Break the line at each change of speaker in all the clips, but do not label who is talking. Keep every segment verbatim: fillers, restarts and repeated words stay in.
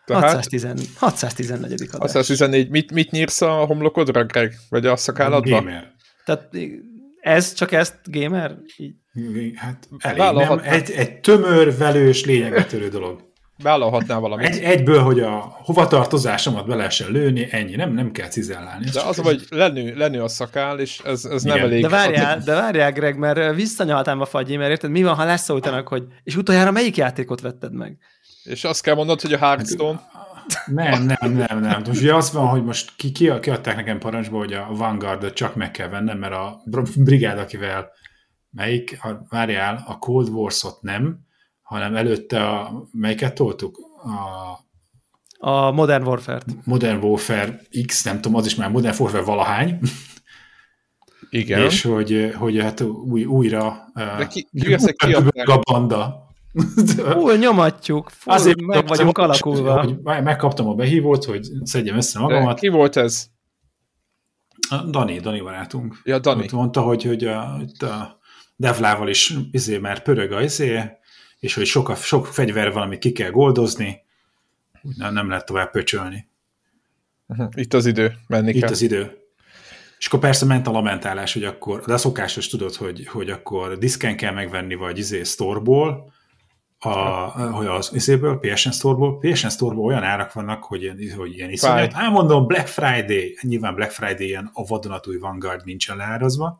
hatszáztíz, hatszáztizennegyedik adás.
hatszáztizennégy. Mit, mit nyírsz a homlokodra, Greg? Vagy a szakálladba?
Gamer.
Tehát ez, csak ezt gamer? Így.
Hát elég, nem? Egy, egy tömör, velős, lényegre törő dolog.
Vállalhatnál valamit.
Egy, egyből, hogy a hovatartozásomat be lehessen lőni, ennyi, nem, nem kell cizellálni.
De az, hogy lenő, lenő a szakál, és ez, ez nem elég.
De várjál, de várjál, Greg, mert visszanyaltám a Fagyi, mert érted, mi van, ha leszóltanak, hogy és utoljára melyik játékot vetted meg?
És azt kell mondod, hogy a Hearthstone.
Nem, nem, nem, nem. Most ugye az van, hogy most ki, ki, kiadták nekem parancsba, hogy a Vanguardot csak meg kell vennem, mert a brigád, akivel melyik, a, várjál, a Cold Wars-ot nem, hanem előtte a, melyiket toltuk? A,
a Modern Warfare-t.
Modern Warfare X, nem tudom, az is már Modern Warfare valahány.
Igen.
És hogy, hogy hát új, újra
de ki, ki újra
a banda.
Full nyomatjuk, full azért meg vagyunk alakulva.
Hogy megkaptam a behívót, hogy szedjem össze magamat.
De ki volt ez?
A Dani, Dani barátunk.
Ja, Dani.
Ott mondta, hogy, hogy a, a Devlával is izé, már pörög a izé, és hogy sok, sok fegyver van, amit ki kell goldozni, nem, nem lehet tovább pöcsölni.
Itt az idő, menni
Itt
kell.
az idő. És akkor persze ment a lamentálás, hogy akkor, de a szokásos tudod, hogy, hogy akkor diszken kell megvenni, vagy izé store-ból, a, hogy az izéből, pé es en Store-ból, pé es en Store-ból olyan árak vannak, hogy ilyen, hogy ilyen iszonyat. Hát mondom, Black Friday, nyilván Black Friday ilyen a vadonatúj Vanguard nincsen leárazva,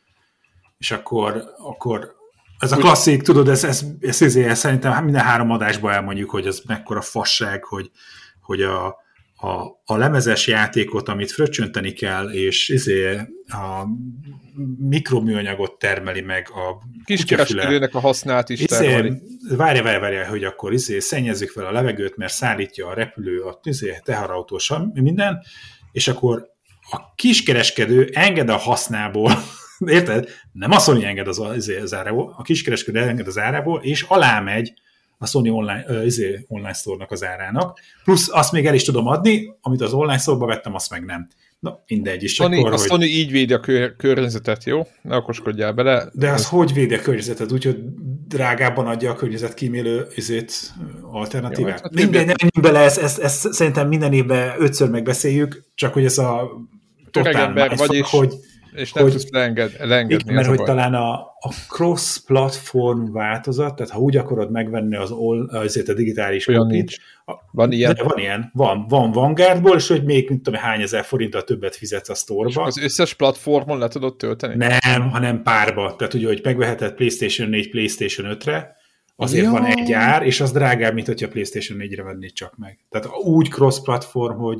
és akkor, akkor ez a klasszik, tudod, ez, ez, ez, ez, ez szerintem minden három adásban elmondjuk, hogy ez mekkora fasság, hogy, hogy a, a, a lemezes játékot, amit fröccsönteni kell, és izé, a mikroműanyagot termeli meg a
kiskereskedőnek a hasznát is izé, termeli.
Várja, várja, várja, hogy akkor izé, szennyezzük fel a levegőt, mert szállítja a repülő, a izé, teherautós, minden, és akkor a kiskereskedő enged a hasznából, érted? Nem a Sony enged az, izé, az árából, a kiskereskedő enged az árából, és alámegy a Sony online, uh, izé, online store-nak az árának, plusz azt még el is tudom adni, amit az online store-ba vettem, azt meg nem. Na, mindegy is.
Sony,
akkor,
a
hogy...
Sony így védi a kör, környezetet, jó? Ne okoskodjál bele.
De az ez... hogy védi a környezetet? Úgyhogy drágábban adja a környezet kímélő izét, alternatívát? Ja, minden, nem menjünk bele, ezt, ezt, ezt szerintem minden évben ötször megbeszéljük, csak hogy ez a totál
más, vagy is, hogy és nem hogy, tudsz leenged, leengedni.
Igen, mert hogy talán a, a cross-platform változat, tehát ha úgy akarod megvenni az, all, azért a digitális
olyan nincs. Van ilyen?
De van ilyen. Van, van Vanguardból, és hogy még, mint tudom, hány ezer forinttal többet fizetsz a sztorba.
Az összes platformon le tudod tölteni?
Nem, hanem párba. Tehát ugye, hogy megveheted PlayStation négy, PlayStation ötre, azért ja. van egy ár, és az drágább, mint hogyha PlayStation négyre vennéd csak meg. Tehát úgy cross-platform, hogy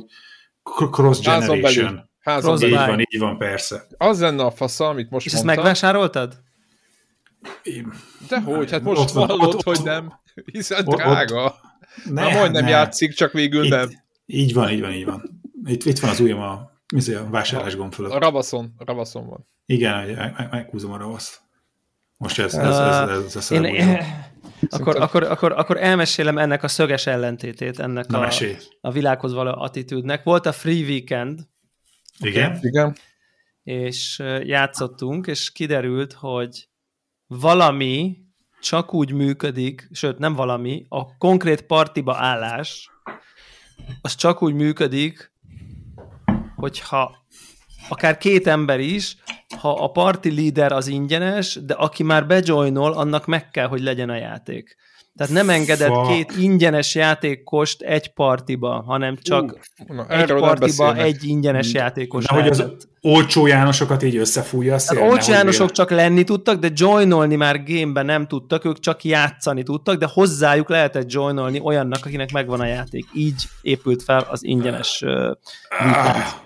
cross-generation.
Házon
így van, így van, persze.
Az lenne a fasza, amit most
és
mondtam.
És ezt megvásároltad?
Én... Dehogy, hát most hallott, hogy nem. Hiszen ott, drága. Ott... Na, majdnem ne. játszik, csak végül
itt,
nem.
Így van, így van, így van. Itt, itt van az ujjam a, a vásárlás gomb fölött.
A ravaszon, a ravaszon van.
Igen, meg, meghúzom a ravaszt. Most ez, ez, ez, ez, ez, ez
én, akkor, akkor, akkor, akkor elmesélem ennek a szöges ellentétét, ennek a, a világhoz való attitűdnek. Volt a Free Weekend,
igen.
Okay. Igen.
És játszottunk, és kiderült, hogy valami csak úgy működik, sőt nem valami, a konkrét partiba állás, az csak úgy működik, hogyha akár két ember is, ha a party leader az ingyenes, de aki már bejoinol, annak meg kell, hogy legyen a játék. Tehát nem engedett Fuck. két ingyenes játékost egy partiba, hanem csak uh, na, egy partiba egy ingyenes játékos.
De hogy az olcsó Jánosokat így összefújja a szél.
Hát olcsó Jánosok csak lenni tudtak, de joinolni már gameben nem tudtak, ők csak játszani tudtak, de hozzájuk lehetett joinolni olyannak, akinek megvan a játék. Így épült fel az ingyenes uh, weekend. Ah.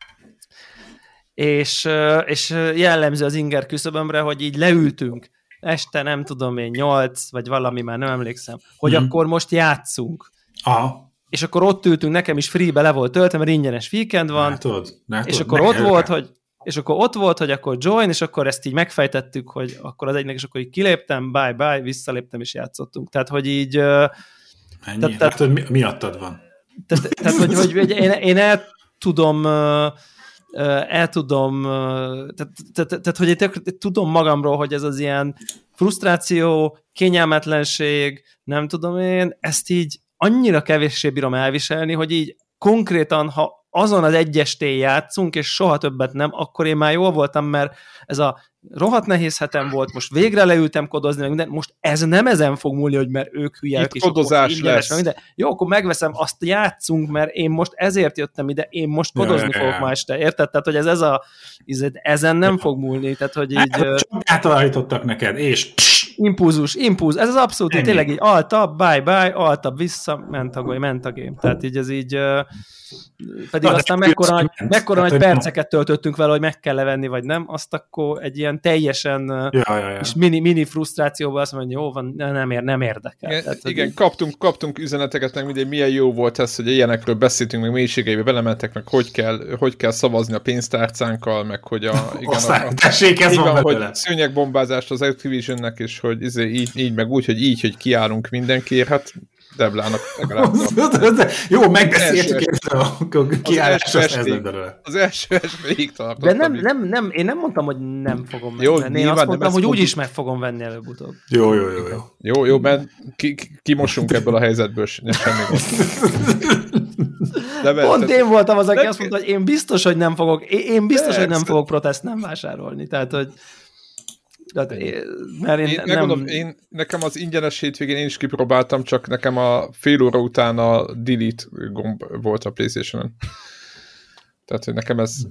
És, uh, és jellemző az inger küszöbömre, hogy így leültünk, este nem tudom én, nyolc, vagy valami, már nem emlékszem, hogy hmm. akkor most játszunk.
Aha.
És akkor ott ültünk, nekem is free-be le volt töltve, mert ingyenes weekend van,
látod, látod,
és akkor ott volt, hogy és akkor ott volt, hogy akkor join, és akkor ezt így megfejtettük, hogy akkor az egynek, és akkor így kiléptem, bye-bye, visszaléptem, és játszottunk. Tehát, hogy így...
Ennyi? Tehát, látod, mi, miattad van.
Tehát, tehát hogy, hogy, hogy én, én el tudom... el tudom, tehát, tehát, tehát hogy én tudom magamról, hogy ez az ilyen frusztráció, kényelmetlenség, nem tudom én, ezt így annyira kevéssé bírom elviselni, hogy így konkrétan, ha azon az egy estén játszunk, és soha többet nem, akkor én már jól voltam, mert ez a rohadt nehéz hetem volt, most végre leültem kodozni, meg minden, most ez nem ezen fog múlni, hogy mert ők hülyek,
és kodozás lesz.
Minden. Jó, akkor megveszem, azt játszunk, mert én most ezért jöttem ide, én most kodozni ja, fogok ja. ma este, érted? Tehát, hogy ez, ez a, ezen nem ja. fog múlni, tehát, hogy így...
Csak átalakítottak neked, és...
Impulzus, impulzus, ez az abszolút, így, tényleg így altabb, bye-bye, altabb, vissza, ment a, ment a game. Tehát így ez így... Pedig na, aztán mekkora, nagy, mekkora hát, nagy perceket töltöttünk vele, hogy meg kell levenni, vagy nem, azt akkor egy ilyen teljesen ja, ja, ja. és mini, mini frusztrációban azt mondja, hogy jó van, nem, ér, nem érdekel.
Igen,
Tehát,
igen így... kaptunk, kaptunk üzeneteket, meg mindegy, milyen jó volt ez, hogy ilyenekről beszéltünk, meg mélységeibe belementek, meg hogy kell, hogy kell szavazni a pénztárcánkkal, meg hogy a... Igen,
Aztán, a, a, tessék, ez
igen,
van
hogy szőnyegbombázást az Activisionnek, és hogy izé, így, így, meg úgy, hogy így, hogy kiállunk mindenkiért, hát Deblának legalább.
Jó, megbeszéltük ezt a kiállás,
az, az első végig tartottam.
De nem, nem, nem, én nem mondtam, hogy nem fogom jó, venni. Én azt mondtam, hogy úgyis meg fogom venni előbb-utóbb.
Jó, jó, jó. Jó,
jó, jó mert ki, kimosunk ebből a helyzetből semmi
gond. Pont én voltam az, aki azt mondta, hogy én biztos, hogy nem fogok, én biztos, hogy nem fogok protest nem vásárolni. Tehát, hogy De én, mert én,
én,
nem...
Gondolom, én, nekem az ingyenes hétvégén én is kipróbáltam, csak nekem a fél óra után a delete gomb volt a PlayStation-on. Tehát, hogy nekem ez...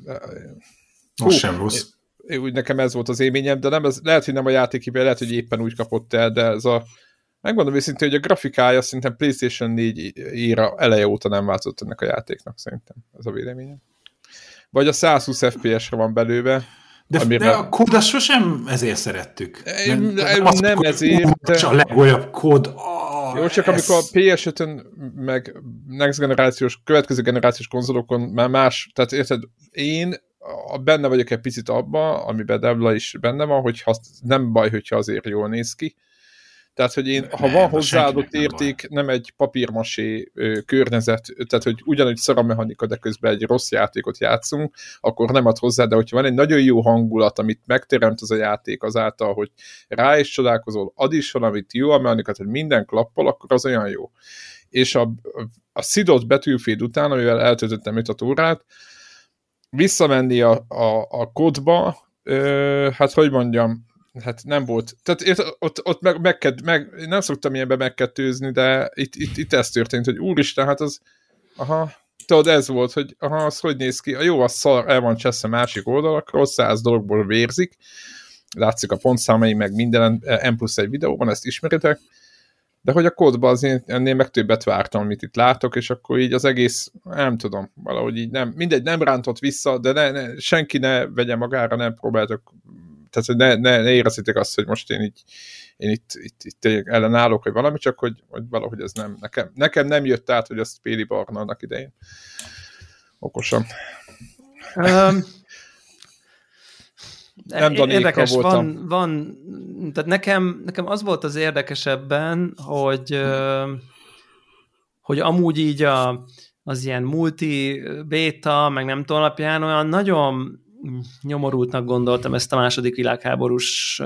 Most sem rossz.
Úgy nekem ez volt az élményem, de nem ez, lehet, hogy nem a játékében, lehet, hogy éppen úgy kapott el, de ez a... Megmondom őszintén, hogy a grafikája szerintem PlayStation négy éra eleje óta nem változott ennek a játéknak, szerintem. Ez a véleményem. Vagy a száz húsz ef pé es-re van belőle.
De, amire... de a kód azt sosem ezért szerettük.
Nem, nem, az, nem ezért.
De... A legolyabb kód. Oh,
jó, csak ez... amikor a pé es ötön meg next generációs, következő generációs konzolokon már más, tehát érted, én benne vagyok egy picit abban, amiben Debla is benne van, hogy nem baj, hogyha azért jól néz ki. Tehát, hogy én, ha nem, van hozzáadott érték, nem, nem egy papírmasé környezet, tehát, hogy ugyanúgy szaramechanika, de közben egy rossz játékot játszunk, akkor nem ad hozzá, de hogyha van egy nagyon jó hangulat, amit megteremt az a játék azáltal, hogy rá is csodálkozol, ad is valamit jó a mechanikát, hogy minden klappol, akkor az olyan jó. És a, a szidott Battlefield után, amivel eltöltöttem öt órát, visszamenni a, a, a kódba, ö, hát hogy mondjam, hát nem volt. Tehát ott, ott meg, meg, meg, nem szoktam ilyenben megkettőzni, de itt, itt, itt ez történt, hogy úristen, hát az, aha, tudod, ez volt, hogy aha, az hogy néz ki, a jó, az szar, el van cseszve másik oldalakról, száz dologból vérzik, látszik a pontszámai, meg minden M plusz egy videóban, ezt ismeritek, de hogy a kódban azért ennél meg többet vártam, amit itt látok, és akkor így az egész, nem tudom, valahogy így nem, mindegy, nem rántott vissza, de ne, ne, senki ne vegye magára, nem próbáltok, tehát ne, ne, ne érezzétek azt, hogy most én így én itt, itt, itt ellenállok, hogy valami, csak hogy, hogy valahogy ez nem, nekem, nekem nem jött át, hogy azt Péli Barna annak idején. Okosan. Um, nem Danéka voltam.
Van, van, tehát nekem, nekem az volt az érdekesebben, hogy, hogy amúgy így a, az ilyen multi, beta, meg nem tudom alapján olyan nagyon nyomorultnak gondoltam ezt a második világháborús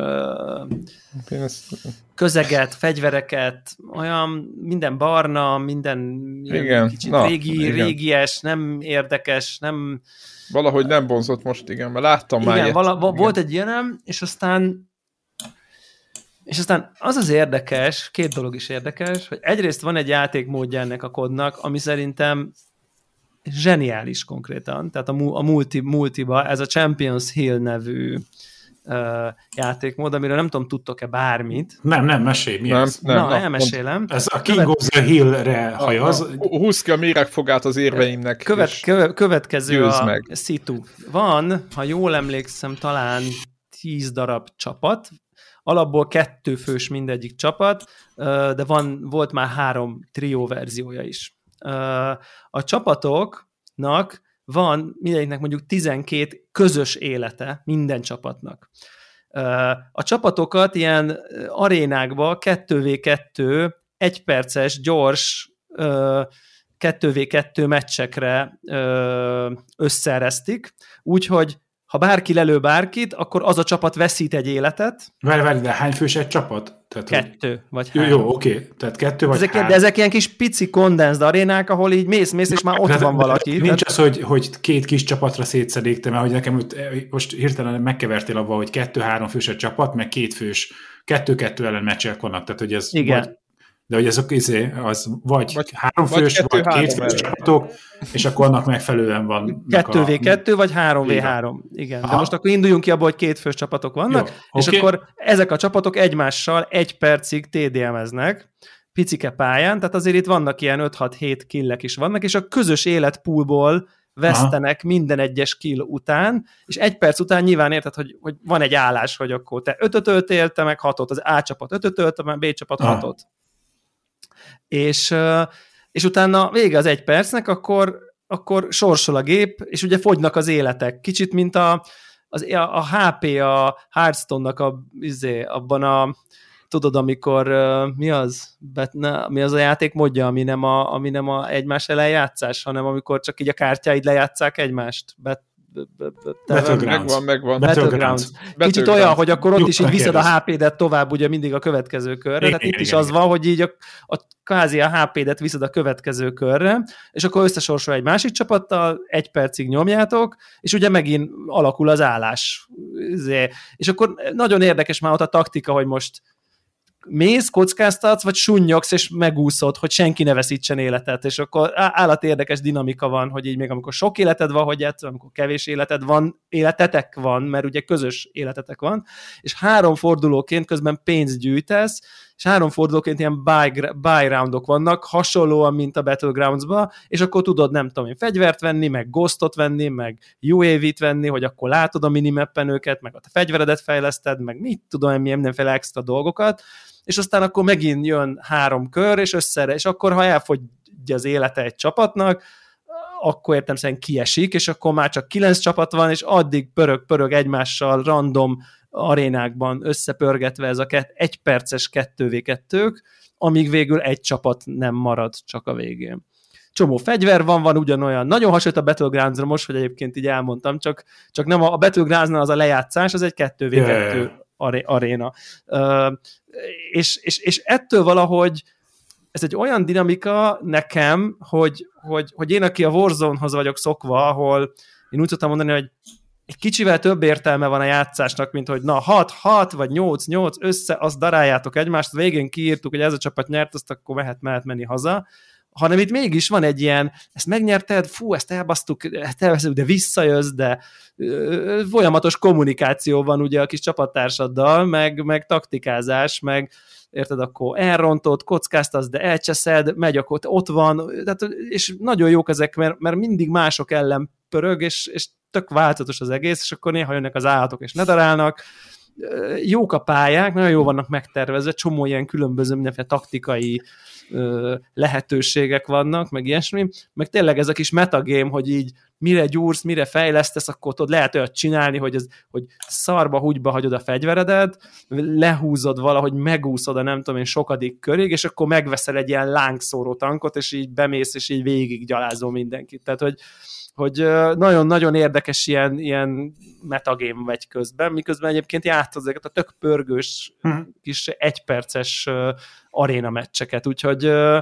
közeget, fegyvereket, olyan minden barna, minden
igen,
kicsit
na,
régi,
igen.
régies, nem érdekes, nem...
Valahogy nem vonzott most, igen, mert láttam igen, már ilyet.
Vala, igen, volt egy ilyenem, és aztán és aztán az az érdekes, két dolog is érdekes, hogy egyrészt van egy játékmódja ennek a kodnak, ami szerintem zseniális konkrétan, tehát a, a multi, multiba, ez a Champions Hill nevű uh, játékmód, amiről nem tudom, tudtok-e bármit.
Nem, nem, mesélj, mi
nem,
ez?
Nem,
Na,
na,
elmesélem.
Ez a King Követ... of the Hill-re hajaz.
Húzd ki a méregfogát az érveimnek.
Követ, követ, következő a
meg.
szitu. Van, ha jól emlékszem, talán tíz darab csapat, alapból kettő fős mindegyik csapat, de van, volt már három trió verziója is. A csapatoknak van mindegyiknek mondjuk tizenkét közös élete minden csapatnak. A csapatokat ilyen arénákba kettő vé kettő egyperces, gyors kettő vé kettő meccsekre összeeresztik, úgyhogy ha bárki lelő bárkit, akkor az a csapat veszít egy életet.
Várj, várj, de hány fős egy csapat? Tehát,
kettő,
hogy...
vagy
jó,
három.
Jó, oké, tehát kettő vagy
ezek,
három.
De ezek ilyen kis pici condensed arénák, ahol így mész, mész, és már ott
de,
van
de,
valaki.
Nincs
tehát...
az, hogy, hogy két kis csapatra szétszedék, te, mert hogy nekem most hirtelen megkevertél abba, hogy kettő-három fős a csapat, meg két fős, kettő-kettő ellen meccsek vannak, tehát hogy ez
Igen.
Vagy, de hogy ezek izé, az vagy, vagy három
vagy
fős,
kettő,
vagy két fős
három
csapatok, és akkor annak megfelelően van.
kettő vé kettő, vagy három vé három. Igen. Aha. De most akkor induljunk ki abba, hogy két fős csapatok vannak, jó, és okay. akkor ezek a csapatok egymással egy percig té dé em-eznek, picike pályán, tehát azért itt vannak ilyen öt-hat-hét killek is vannak, és a közös életpoolból vesztenek aha. minden egyes kill után, és egy perc után nyilván érted, hogy, hogy van egy állás, hogy akkor te ötöt öltél, te meg hatot, az A csapat ötöt ölt, a B csapat aha. hatot. És, és utána vége az egy percnek, akkor, akkor sorsol a gép, és ugye fogynak az életek. Kicsit, mint a, az, a há pé a Hearthstone-nak a, izé, abban a tudod, amikor mi az? Bet, ne, mi az a játék módja, ami nem a, ami nem a egymás ellen játszás, hanem amikor csak így a kártyáid lejátszák egymást. Bet,
megvan, megvan.
Battlegrounds. Kicsit olyan, hogy akkor ott is így viszed a há pédet tovább ugye mindig a következő körre, tehát itt is az van, hogy így a, a kvázi a há pédet viszed a következő körre, és akkor összesorsol egy másik csapattal, egy percig nyomjátok, és ugye megint alakul az állás. És akkor nagyon érdekes már ott a taktika, hogy most mész, kockáztatsz, vagy sunnyogsz, és megúszod, hogy senki ne veszítsen életet, és akkor állat érdekes dinamika van, hogy így még amikor sok életed van, hogy játszol, amikor kevés életed van, életetek van, mert ugye közös életetek van, és három fordulóként közben pénzt gyűjtesz, és három fordulóként ilyen buy, buy roundok vannak, hasonlóan, mint a Battlegrounds-ba, és akkor tudod, nem tudom én, fegyvert venni, meg ghostot venni, meg u á vé-t venni, hogy akkor látod a minimappen őket, meg a fegyveredet fejleszted, meg mit tudom én, mindenféle extra dolgokat, és aztán akkor megint jön három kör, és összere, és akkor, ha elfogy az élete egy csapatnak, akkor értem szerint kiesik, és akkor már csak kilenc csapat van, és addig pörög-pörög egymással random arénákban összepörgetve ez a kett, egy perces kettő vé kettők, amíg végül egy csapat nem marad csak a végén. Csomó fegyver van, van ugyanolyan. Nagyon hasonlít a Battlegrounds-ra most, hogy egyébként így elmondtam, csak, csak nem a, a Battlegrounds-nál az a lejátszás, az egy kettő vé kettő yeah. aréna. Uh, és, és, és ettől valahogy ez egy olyan dinamika nekem, hogy, hogy, hogy én, aki a Warzone-hoz vagyok szokva, ahol én úgy tudtam mondani, hogy egy kicsivel több értelme van a játszásnak, mint hogy na hat hat vagy nyolc nyolc össze, azt daráljátok egymást, végén kiírtuk, hogy ez a csapat nyert, azt akkor mehet, mehet menni haza, hanem itt mégis van egy ilyen, ezt megnyerted, fú, ezt elbasztuk, ezt elveszünk, de visszajössz, de ö, folyamatos kommunikáció van ugye a kis csapattársaddal, meg, meg taktikázás, meg érted, akkor elrontod, kockáztasz, de elcseszed, megy, akkor ott van, tehát, és nagyon jók ezek, mert, mert mindig mások ellen pörög, és, és tök változatos az egész, és akkor néha jönnek az állatok, és ledarálnak. Jók a pályák, nagyon jó vannak megtervezve, csomó ilyen különböző mindenféle taktikai ö, lehetőségek vannak, meg ilyesmi, meg tényleg ez a kis metagame, hogy így mire gyúrsz, mire fejlesztesz, akkor tudod, lehet olyat csinálni, hogy, ez, hogy szarba, húgyba hagyod a fegyveredet, lehúzod valahogy, megúszod a nem tudom én sokadik körig, és akkor megveszel egy ilyen lángszóró tankot, és így bemész, és így végig gyalázol mindenkit. Tehát, hogy hogy nagyon-nagyon érdekes ilyen, ilyen metagame megy közben, miközben egyébként játszod ezeket a tök pörgős, hmm. kis egyperces aréna meccseket, úgyhogy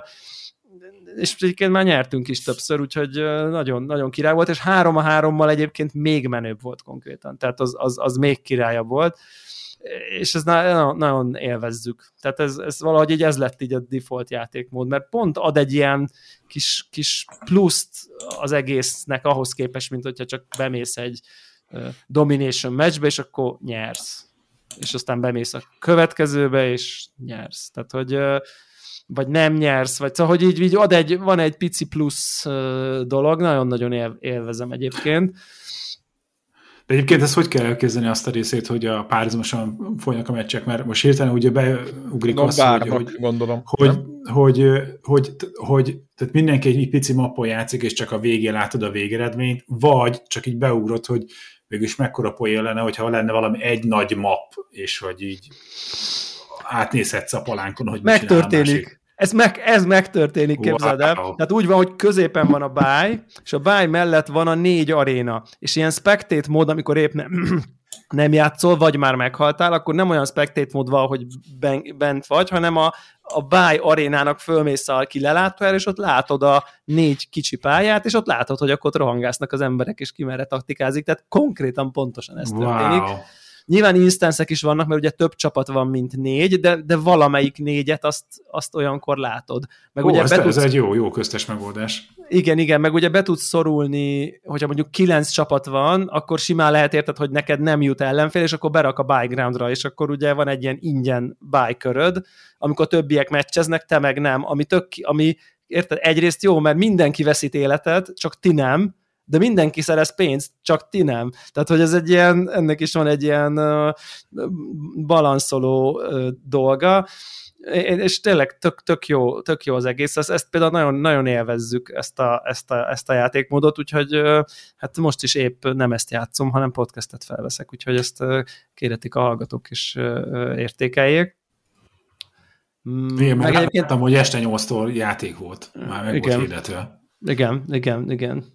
és egyébként már nyertünk is többször, úgyhogy nagyon, nagyon király volt, és három a hárommal egyébként még menőbb volt konkrétan, tehát az, az, az még királyabb volt, és ez nagyon, nagyon élvezzük. Tehát ez, ez valahogy így ez lett így a default játékmód, mert pont ad egy ilyen kis, kis pluszt az egésznek ahhoz képest, mint hogyha csak bemész egy uh, domination matchbe, és akkor nyersz. És aztán bemész a következőbe, és nyersz. Tehát, hogy uh, vagy nem nyersz, vagy szóval, hogy így, így ad egy, van egy pici plusz uh, dolog, nagyon-nagyon él, élvezem egyébként.
De egyébként ezt hogy kell elképzelni azt a részét, hogy a párhuzamosan folynak a meccsek, mert most hirtelen ugye beugrik
no,
az, hogy, hogy,
gondolom,
hogy, hogy, hogy, hogy tehát mindenki egy pici mappon játszik, és csak a végén látod a végeredményt, vagy csak így beugrott, hogy mégis mekkora poén lenne, hogyha lenne valami egy nagy map, és hogy így átnézhetsz a palánkon, hogy mit csinál a másik.
Ez, meg, ez megtörténik, képzeld el. Wow. Tehát úgy van, hogy középen van a buy, és a buy mellett van a négy aréna. És ilyen spectate mód, amikor épp nem, nem játszol, vagy már meghaltál, akkor nem olyan spectate mód van, hogy bent vagy, hanem a, a buy arénának fölmész a ki lelátójára, és ott látod a négy kicsi pályát, és ott látod, hogy akkor ott rohangásznak az emberek, és ki merre taktikázik, tehát konkrétan pontosan ez
wow.
történik. Nyilván instance-ek is vannak, mert ugye több csapat van, mint négy, de, de valamelyik négyet azt, azt olyankor látod. Meg
Ó,
ugye
ez,
betudsz...
ez egy jó, jó köztes megoldás.
Igen, igen, meg ugye be tudsz szorulni, hogyha mondjuk kilenc csapat van, akkor simán lehet érted, hogy neked nem jut ellenfél, és akkor berak a buy groundra, és akkor ugye van egy ilyen ingyen buy köröd, amikor többiek meccseznek, te meg nem, ami, tök, ami érted, egyrészt jó, mert mindenki veszít életet, csak ti nem, de mindenki szerez pénzt, csak ti nem. Tehát, hogy ez egy ilyen, ennek is van egy ilyen uh, balanszoló uh, dolga, és tényleg tök, tök, jó, tök jó az egész. Ezt, ezt például nagyon, nagyon élvezzük, ezt a, ezt, a, ezt a játékmódot, úgyhogy uh, hát most is épp nem ezt játszom, hanem podcastet felveszek, úgyhogy ezt uh, kérhetik a hallgatók is uh, értékeljék.
Igen, meg egyébként... láttam, hogy este nyolctól játék volt, már meg
igen.
volt hirdetve.
Igen, igen, igen.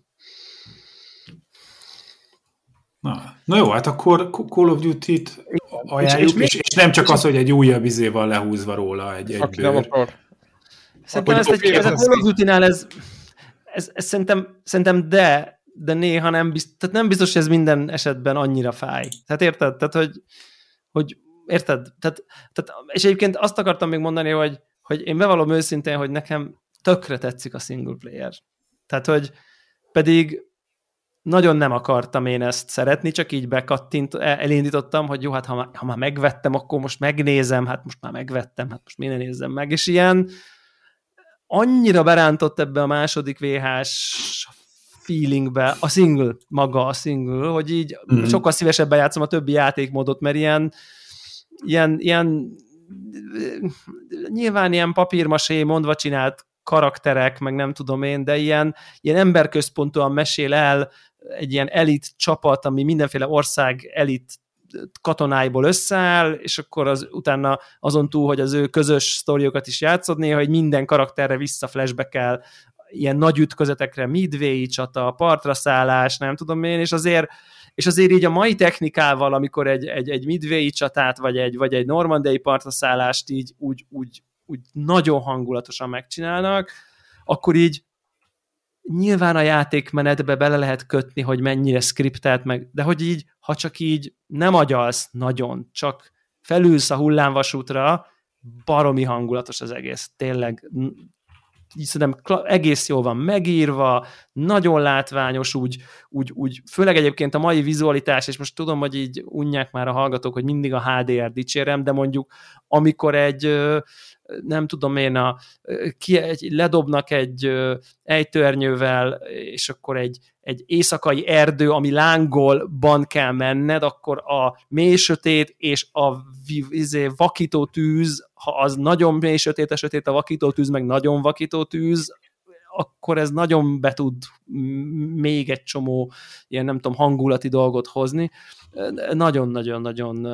Na, na jó, hát akkor Call of Duty-t ajánljuk, és, és, és, és nem csak az, hogy egy újabb izéval lehúzva róla egy, egy
Aki nem akar.
Szerintem ezt egy, ez a Call of Duty-nál ez, ez, ez szerintem, szerintem de, de néha nem biztos, tehát nem biztos, hogy ez minden esetben annyira fáj. Tehát érted? Tehát, hogy, hogy érted? Tehát, tehát, és egyébként azt akartam még mondani, hogy, hogy én bevallom őszintén, hogy nekem tökre tetszik a single player. Tehát, hogy pedig nagyon nem akartam én ezt szeretni, csak így bekattint, elindítottam, hogy jó, hát ha már, ha már megvettem, akkor most megnézem, hát most már megvettem, hát most miért nézzem meg, és ilyen annyira berántott ebbe a második vé há-s feelingbe a single, maga a single, hogy így mm-hmm. sokkal szívesebben játszom a többi játékmódot, mert ilyen, ilyen, ilyen nyilván ilyen papírmasé mondva csinált karakterek, meg nem tudom én, de ilyen, ilyen emberközpontúan mesél el egy ilyen elit csapat, ami mindenféle ország elit katonáiból összeáll, és akkor az, utána azon túl, hogy az ő közös sztoriokat is játszod, néha, hogy minden karakterre visszaflashback-el, ilyen nagy ütközetekre, midway csata, partra szállás, nem tudom én, és azért, és azért így a mai technikával, amikor egy, egy, egy midway csatát, vagy egy, vagy egy normandiai partra szállást így úgy, úgy, úgy nagyon hangulatosan megcsinálnak, akkor így nyilván a játékmenetbe bele lehet kötni, hogy mennyire skriptelt meg, de hogy így, ha csak így nem agyalsz nagyon, csak felülsz a hullámvasútra, baromi hangulatos az egész, tényleg így szerintem egész jól van megírva, nagyon látványos, úgy, úgy, úgy, főleg egyébként a mai vizualitás, és most tudom, hogy így unják már a hallgatók, hogy mindig a há dé er dicsérem, de mondjuk amikor egy nem tudom én, a, ki, egy, ledobnak egy ejtőernyővel, és akkor egy, egy éjszakai erdő, ami lángolban kell menned, akkor a mély sötét és a izé, vakító tűz, ha az nagyon mély sötét, a sötét a vakító tűz, meg nagyon vakító tűz, akkor ez nagyon be tud még egy csomó ilyen, nem tudom, hangulati dolgot hozni. Nagyon-nagyon-nagyon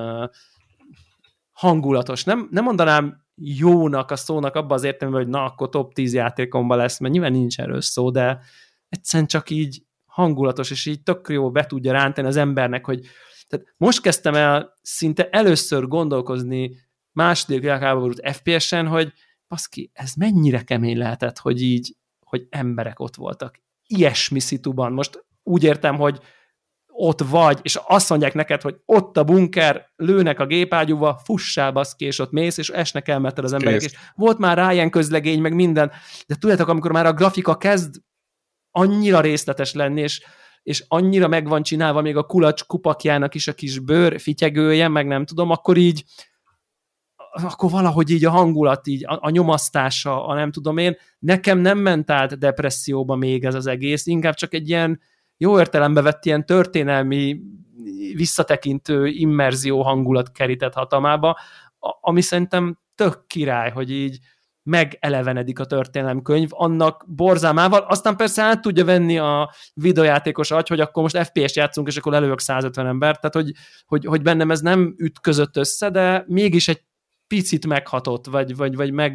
hangulatos. Nem, nem mondanám jónak a szónak abban az értelemben, hogy na, akkor top tíz játékomban lesz, mert nyilván nincs erről szó, de egyszerűen csak így hangulatos, és így tök jó be tudja rántani az embernek, hogy tehát most kezdtem el szinte először gondolkozni második világháborút ef pé es-en, hogy baszki, ez mennyire kemény lehetett, hogy így, hogy emberek ott voltak. Ilyesmi szituban. Most úgy értem, hogy ott vagy, és azt mondják neked, hogy ott a bunker, lőnek a gépágyúba, fussál baszki, és ott mész, és esnek el melletted az emberek. Kész. És volt már Ryan közlegény, meg minden, de tudjátok, amikor már a grafika kezd annyira részletes lenni, és, és annyira meg van csinálva még a kulacs kupakjának is a kis bőr fityegője, meg nem tudom, akkor így akkor valahogy így a hangulat, így a, a nyomasztása, a nem tudom én, nekem nem ment át depresszióba még ez az egész, inkább csak egy ilyen jó értelembe vett ilyen történelmi visszatekintő immerzió hangulat kerített hatalmába, ami szerintem tök király, hogy így megelevenedik a történelemkönyv annak borzalmával, aztán persze át tudja venni a videójátékos agy, hogy akkor most ef pé es játszunk, és akkor lelövök százötven embert, tehát hogy, hogy, hogy bennem ez nem ütközött össze, de mégis egy picit meghatott, vagy, vagy, vagy meg,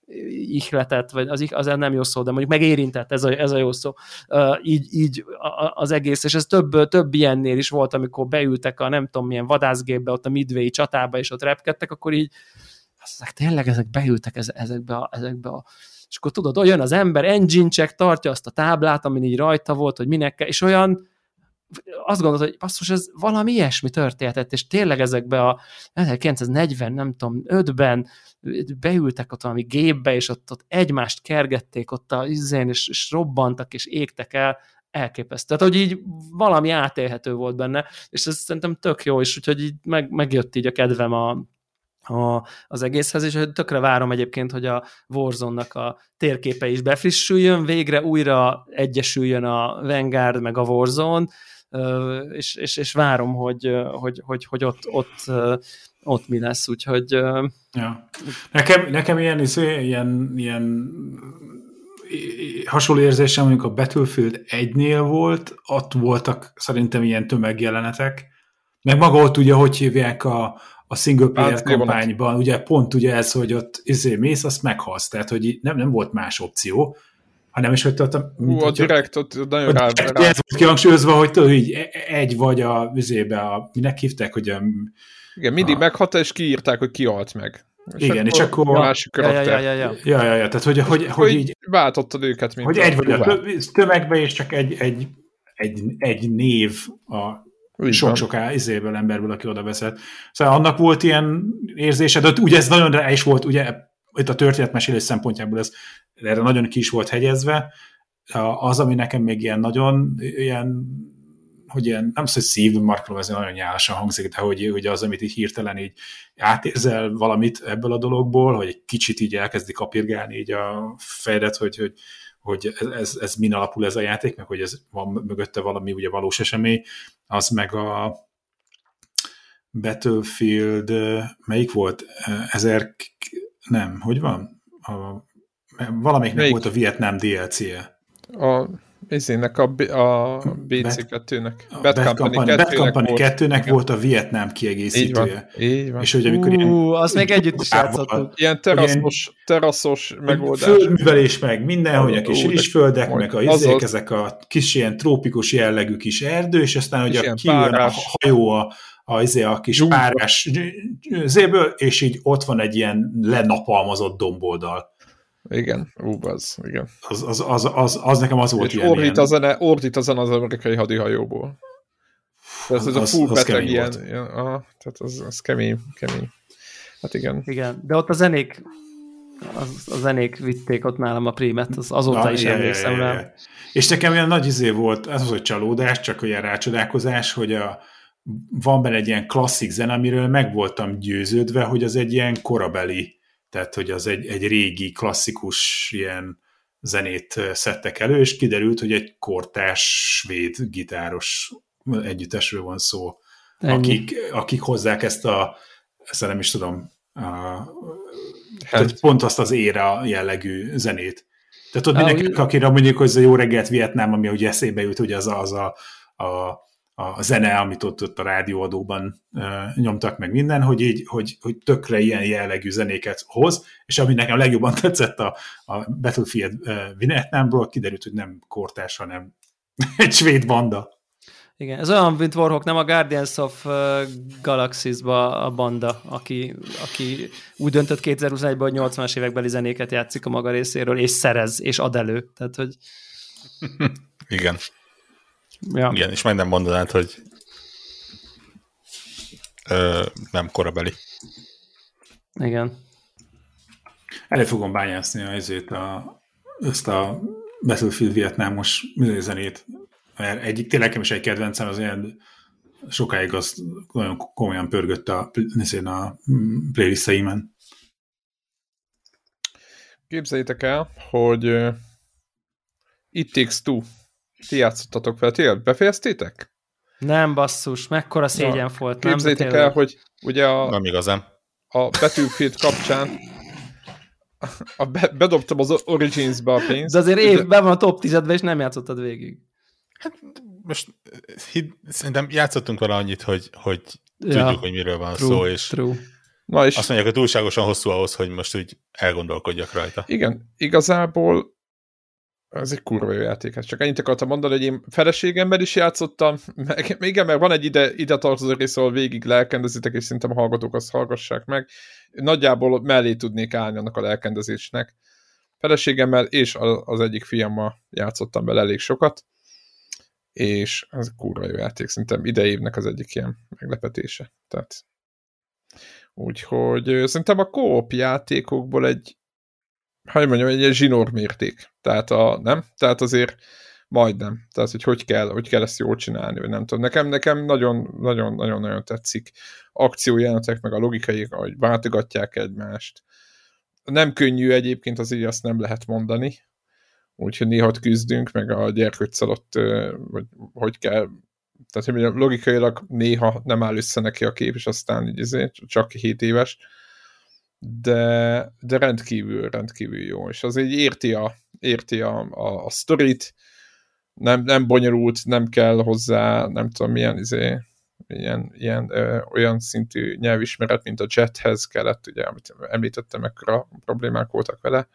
ihletett, vagy az, az nem jó szó, de mondjuk megérintett, ez a, ez a jó szó, uh, így, így az egész, és ez több, több ilyennél is volt, amikor beültek a nem tudom milyen vadászgépbe, ott a Midway csatába, és ott repkedtek, akkor így aztán tényleg ezek beültek ezekbe a, ezekbe a és akkor tudod, olyan az ember, engine check, tartja azt a táblát, amin így rajta volt, hogy minek kell, és olyan azt gondolod, hogy basszus, ez valami ilyesmi történhetett, és tényleg ezekbe a ezerkilencszáznegyven, nem tudom, ötben beültek ott valami gépbe, és ott, ott egymást kergették ott a izzén, és, és robbantak, és égtek el, elképesztő. Tehát, hogy így valami átélhető volt benne, és ez szerintem tök jó, és úgyhogy így meg, megjött így a kedvem a A, az egészhez, és tökre várom egyébként, hogy a Warzone-nak a térképe is befrissüljön, végre újra egyesüljön a Vanguard meg a Warzone, és, és, és várom, hogy, hogy, hogy, hogy ott, ott, ott mi lesz, úgyhogy...
Ja. Nekem, nekem ilyen, ilyen, ilyen hasonló érzésem, mondjuk a Battlefield egynél volt, ott voltak szerintem ilyen tömegjelenetek, meg maga ott ugye, hogy hívják a a single player hát, kampányban, ugye pont ugye ez, hogy ott izé mész, azt meghalsz, tehát hogy nem, nem volt más opció, hanem is, hogy ott...
Hú, a direkt, ott nagyon rá...
Ez volt kihangsúlyozva, hogy tudod, így egy vagy a vizébe, a, minek hívták, hogy a...
Igen, mindig a, meghalt, és kiírták, hogy ki halt meg.
És igen, és akkor...
A másik karakter.
Ja, ja, ja,
ja. ja, ja, tehát hogy, hogy, hogy így...
Váltottad őket, mint
hogy egy vagy a tömegbe, és csak egy, egy, egy, egy név a sok-sok izéből, emberből, aki oda veszett. Szóval annak volt ilyen érzése, de ugye ez nagyon rá is volt, ugye itt a történetmesélés szempontjából ez erre nagyon ki is volt hegyezve. Az, ami nekem még ilyen nagyon, ilyen, hogy ilyen, nem szó, hogy szívmarkolom, ez nagyon nyálasan hangzik, de hogy, hogy az, amit így hirtelen így átérzel valamit ebből a dologból, hogy egy kicsit így elkezdi kapirgálni így a fejedet, hogy, hogy hogy ez, ez min alapul ez a játék, meg hogy ez van mögötte valami ugye valós esemény, az meg a Battlefield, melyik volt? Ezer, nem, hogy van? A, valamelyiknek volt a Vietnám dé el cé-je.
A Ezének a, a bé cé kettőnek.
A Bad, Bad Company, Bad Company kettőnek volt, volt a Vietnám kiegészítője.
Így van, így van.
És hogy amikor
uh, ilyen, azt még együtt is játszottuk.
Ilyen teraszos, teraszos megoldás.
Földművelés meg minden, hogy a kis rizsföldek, meg a izék, ezek a kis ilyen trópikus jellegű kis erdő, és aztán, hogy a kijön a hajó a, a, izé, a kis Zsúba. Párás zéből, és így ott van egy ilyen lenapalmazott domboldal.
Igen, ú, az, igen.
Az, az, az, az, az nekem az volt
és
ilyen.
Ordít a zene, ordít a zene az amerikai hadihajóból. Ez az, az a full beteg ilyen. ilyen aha, tehát az, az kemény, kemény. Hát igen.
Igen, de ott a zenék, az, a zenék vitték ott nálam a prímet, az azóta Na, is jaj, emlékszem jaj, jaj, jaj.
És nekem olyan nagy izé volt, ez az, hogy csalódás, csak olyan rácsodálkozás, hogy a, van benne egy ilyen klasszik zene, amiről meg voltam győződve, hogy az egy ilyen korabeli, tehát, hogy az egy, egy régi, klasszikus ilyen zenét szedtek elő, és kiderült, hogy egy kortárs svéd gitáros együttesről van szó, akik, akik hozzák ezt a, ezt nem is tudom, a, hát. pont azt az éra jellegű zenét. Tehát ott mindenki, akire mondjuk, hogy ez a Jó reggelt Vietnám, ami ugye eszébe jut, hogy az a, az a, a a zene, amit ott, ott a rádióadóban uh, nyomtak meg minden, hogy így, hogy, hogy tökre ilyen jellegű zenéket hoz, és ami nekem legjobban tetszett a, a Battlefield uh, Vietnámból, kiderült, hogy nem kortárs, hanem egy svéd banda.
Igen, ez olyan, mint Warhawk, nem a Guardians of uh, Galaxies-ba a banda, aki, aki úgy döntött kétezer-huszonegyben, hogy nyolcvanas évekbeli zenéket játszik a maga részéről, és szerez, és ad elő. Tehát, hogy...
Igen.
Ja.
Igen, és meg nem mondanád, hogy ö, nem korabeli.
Igen.
Elő fogom bányászni a, ezért a, ezt a Battlefield Vietnámos zenét, mert egyik tényleg is egy kedvencem, az ilyen sokáig az nagyon komolyan pörgött a, a playlisteimen.
Képzeljétek el, hogy uh, It Takes Two. Ti játszottatok fel, ti befejeztétek?
Nem, basszus, mekkora szégyen volt.
Képzeljétek el, hogy ugye a,
nem igazán.
A Battlefield kapcsán a be, bedobtam az Origins-be a pénzt.
De azért évben van a top tízedben, és nem játszottad végig.
Hát most hidd, szerintem játszottunk vele annyit, hogy, hogy
ja.
tudjuk, hogy miről van
true,
szó, és,
true.
Na és...
Azt mondják, hogy túlságosan hosszú ahhoz, hogy most úgy elgondolkodjak rajta.
Igen, igazából ez egy kurva jó játék. Hát csak ennyit akartam mondani, hogy én feleségemmel is játszottam, meg, igen, mert van egy ide, ide tartozó rész, ahol végig lelkendezitek, és szerintem a hallgatók azt hallgassák meg. Nagyjából mellé tudnék állni annak a lelkendezésnek. Feleségemmel és az egyik fiammal játszottam bele elég sokat, és ez kurva jó játék. Szerintem idejévnek az egyik ilyen meglepetése. Tehát úgyhogy szerintem a co-op játékokból egy hogy mondjam, egy ilyen zsinór mérték. Tehát, a, nem? Tehát azért majdnem. Tehát, hogy hogy kell, hogy kell ezt jól csinálni, vagy nem tudom. Nekem, nekem nagyon, nagyon, nagyon, nagyon tetszik. Akciójelenetek, meg a logikai, hogy váltogatják egymást. Nem könnyű egyébként, azért azt nem lehet mondani. Úgyhogy néha küzdünk, meg a gyerkőccel ott, vagy hogy kell, tehát hogy logikailag néha nem áll össze neki a kép, és aztán így azért, csak hét éves. De, de rendkívül, rendkívül jó. És az így érti a, érti a, a, a sztorit, nem, nem bonyolult, nem kell hozzá, nem tudom, milyen, izé, ilyen, ilyen ö, olyan szintű nyelvismeret, mint a Jethez kellett, ugye, amit említettem, mekkora problémák voltak vele.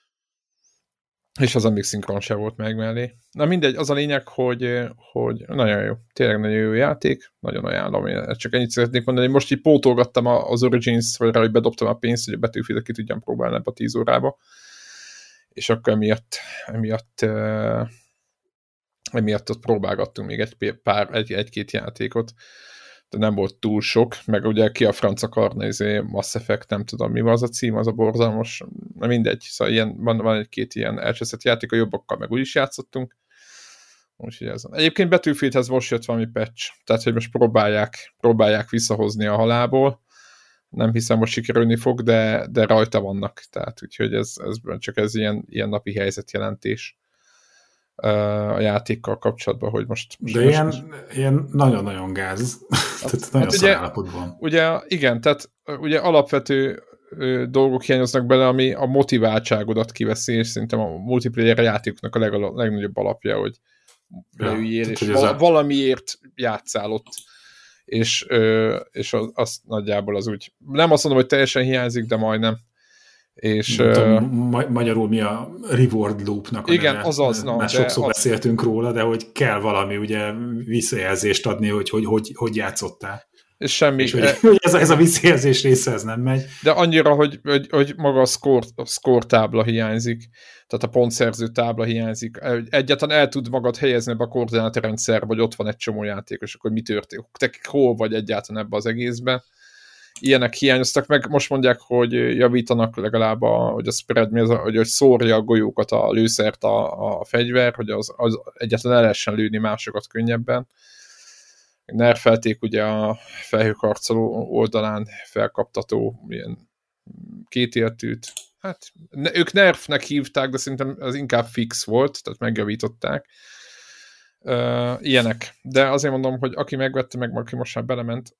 És az, amíg szinkron se volt meg mellé. Na mindegy, az a lényeg, hogy, hogy nagyon jó. Tényleg nagyon jó játék, nagyon ajánlom. Én csak ennyit szeretnék mondani, most így pótolgattam az Origins, vagy rá, hogy bedobtam a pénzt, hogy a Battlefield-et ki tudjam próbálni ebbe a tíz órába. És akkor emiatt, emiatt, uh, emiatt ott próbálgattunk még egy pár, egy, egy-két játékot, de nem volt túl sok, meg ugye ki a franc akarna, izé, Mass Effect, nem tudom mi van az a cím, az a borzalmas, na mindegy, szóval ilyen, van, van egy-két ilyen elcseszett játék, a jobbakkal meg úgy is játszottunk, úgyhogy ez van. Egyébként Battlefieldhez most jött valami patch, tehát hogy most próbálják, próbálják visszahozni a halálból, nem hiszem, hogy sikerülni fog, de, de rajta vannak, tehát úgyhogy ez, ez csak ez ilyen, ilyen napi helyzetjelentés a játékkal kapcsolatban, hogy most... most
de
most,
ilyen,
most...
ilyen nagyon-nagyon gáz. tehát
hát
nagyon
ugye,
állapotban.
Ugye, igen, tehát ugye alapvető ö, dolgok hiányoznak bele, ami a motiváltságodat kiveszi, és szerintem a multiplayer játékoknak a leg, legnagyobb alapja, hogy leüljél, ja, és val- a... valamiért játszál ott. És, ö, és az, az nagyjából az úgy... Nem azt mondom, hogy teljesen hiányzik, de majdnem. És,
tudom, ma- magyarul mi a reward loopnak a
igen,
neve.
azaz, na,
már sokszor
az...
beszéltünk róla, de hogy kell valami ugye visszajelzést adni, hogy hogy, hogy, hogy játszottál.
És semmi.
És hogy, hogy ez, a, ez a visszajelzés része, ez nem megy.
De annyira, hogy, hogy, hogy maga a score, a score tábla hiányzik, tehát a pontszerző tábla hiányzik. Egyáltalán el tud magad helyezni ebbe a koordinátorrendszerbe, hogy ott van egy csomó játékos, akkor mi történik? Te hol vagy egyáltalán ebbe az egészben? Ilyenek hiányoztak meg, most mondják, hogy javítanak legalább, a, hogy a spread, mi az, hogy, hogy szórja a golyókat, a lőszert a, a fegyver, hogy az, az egyáltalán el lehessen lőni másokat könnyebben. Nerfelték ugye a felhőkarcoló oldalán felkaptató ilyen kétéltűt. Hát ne, ők nerfnek hívták, de szerintem az inkább fix volt, tehát megjavították. Uh, ilyenek. De azért mondom, hogy aki megvette, meg aki most már belement,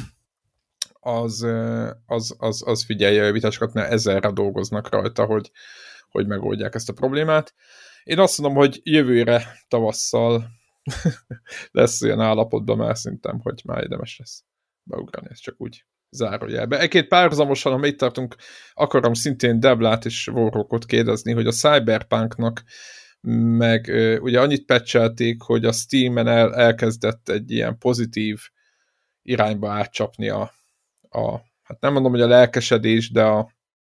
az, az, az, az figyelje a javításokat, mert ezerre dolgoznak rajta, hogy, hogy megoldják ezt a problémát. Én azt mondom, hogy jövőre tavasszal lesz olyan állapotban már szerintem, hogy már érdemes lesz beugrani, ez csak úgy zárójelbe. Egy-két párhuzamosan, ha itt tartunk, akarom szintén Deblát és Warhawkot kérdezni, hogy a Cyberpunknak meg ugye annyit patchelték, hogy a Steam-en el, elkezdett egy ilyen pozitív irányba átcsapni a, a hát nem mondom, hogy a lelkesedés, de a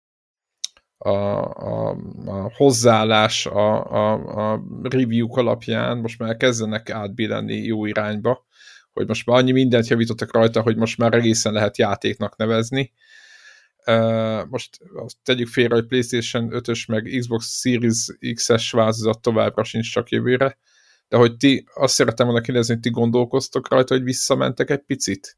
A, a, a hozzáállás a, a, a review-k alapján most már kezdenek átbillenni jó irányba, hogy most már annyi mindent javítottak rajta, hogy most már egészen lehet játéknak nevezni. Uh, most azt tegyük félre, hogy PlayStation ötös meg Xbox Series X-es változat továbbra sincs csak jövőre, de hogy ti, azt szeretem volna kérdezni, hogy ti gondolkoztok rajta, hogy visszamentek egy picit?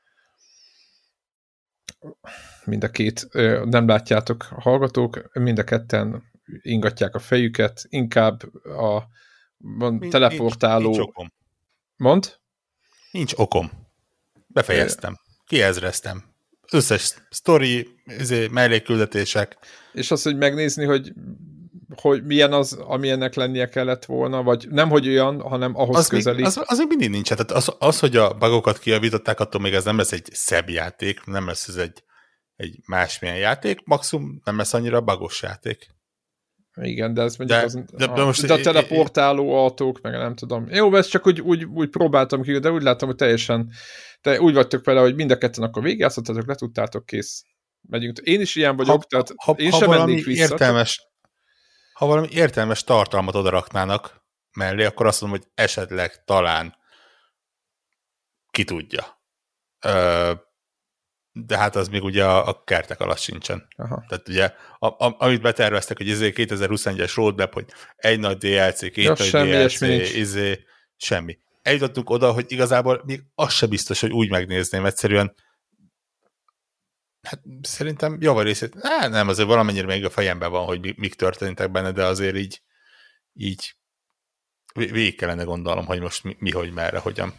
Mind a két, nem látjátok a hallgatók, mind a ketten ingatják a fejüket, inkább a
nincs,
teleportáló...
Nincs, nincs okom.
Mond?
Nincs okom. Befejeztem. Kiezreztem. Összes sztori, mellékküldetések.
És az, hogy megnézni, hogy, hogy milyen az, ami ennek lennie kellett volna, vagy nem, hogy olyan, hanem ahhoz
az
közeli.
Még, az, az még mindig nincs. Tehát az, az, hogy a bugokat kijavították, attól még ez nem lesz egy szebb játék, nem lesz ez egy egy másmilyen játék, maximum nem lesz annyira bagos játék.
Igen, de ez mondjuk
de,
az,
de,
a,
de, most
de a teleportáló autók, meg nem tudom. Jó, ezt csak úgy, úgy, úgy próbáltam ki, de úgy láttam, hogy teljesen, te úgy vagytok vele, hogy mind a ketten akkor végigjátszottátok, letudtátok, kész. Megyünk. Én is ilyen vagyok,
ha,
tehát
ha,
én
ha
sem
valami
mennék vissza.
Értelmes, ha valami értelmes tartalmat odaraknának mellé, akkor azt mondom, hogy esetleg talán ki tudja. Ö, de hát az még ugye a, a kertek alatt sincsen. Aha. Tehát ugye, a, a, amit beterveztek, hogy izé kétezer-huszonegyes roadmap, hogy egy nagy dé el cé, két ja, nagy dé el cé, izé, semmi. Eljutottunk oda, hogy igazából még az se biztos, hogy úgy megnézném egyszerűen. Hát szerintem javarészét, hát nem, azért valamennyire még a fejemben van, hogy mi, mik történtek benne, de azért így, így végig kellene gondolnom, hogy most mi, mi hogy, merre, hogyan.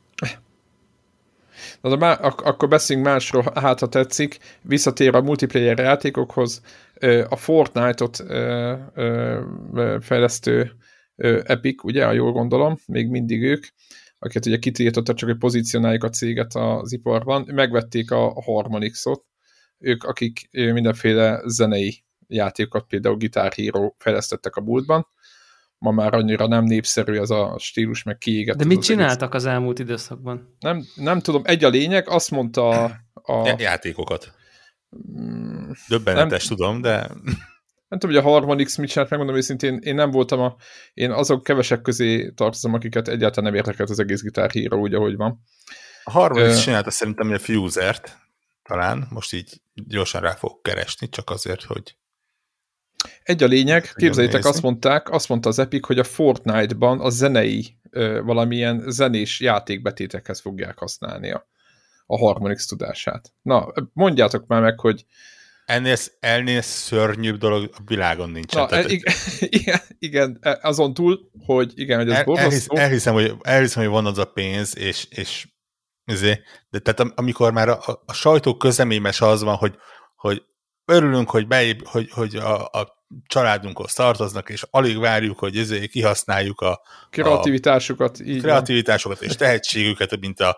Na, de má, ak- akkor beszéljünk másról, hát ha tetszik, visszatér a multiplayer játékokhoz, a Fortnite-ot fejlesztő Epic, ugye, ha jól gondolom, még mindig ők, akiket ugye kitiltottak, csak hogy pozícionáljuk a céget az iparban, megvették a Harmonixot, ők, akik mindenféle zenei játékokat, például Guitar Hero fejlesztettek a múltban, ma már annyira nem népszerű ez a stílus, meg kiégett.
De mit
az
csináltak egész... az elmúlt időszakban?
Nem, nem tudom, egy a lényeg, azt mondta a... a...
Játékokat. Döbbenetes, nem... tudom, de...
Nem tudom, hogy a Harmonix mit csinált, megmondom őszintén, én nem voltam a... Én azok kevesek közé tartozom, akiket egyáltalán nem érdekelt az egész Guitar Hero úgy, ahogy van.
A Harmonix uh... csinálta szerintem a Fusert, talán, most így gyorsan rá fogok keresni, csak azért, hogy...
Egy a lényeg, képzeljétek, azt mondták, azt mondta az Epic, hogy a Fortnite-ban a zenei, valamilyen zenés játékbetétekhez fogják használni a, a Harmonix tudását. Na, mondjátok már meg, hogy...
Ennél, ennél szörnyűbb dolog a világon nincsen.
Na, Tehát, igen, igen, igen, azon túl, hogy igen, hogy ez
el,
borzasztó.
Elhisz, elhiszem, hogy, elhiszem, hogy van az a pénz, és, és de tehát amikor már a, a sajtó közlemémes az van, hogy, hogy örülünk, hogy, beép, hogy, hogy a, a családunkhoz tartoznak, és alig várjuk, hogy ezért kihasználjuk a
kreativitásukat,
a így kreativitásukat és tehetségüket, mint a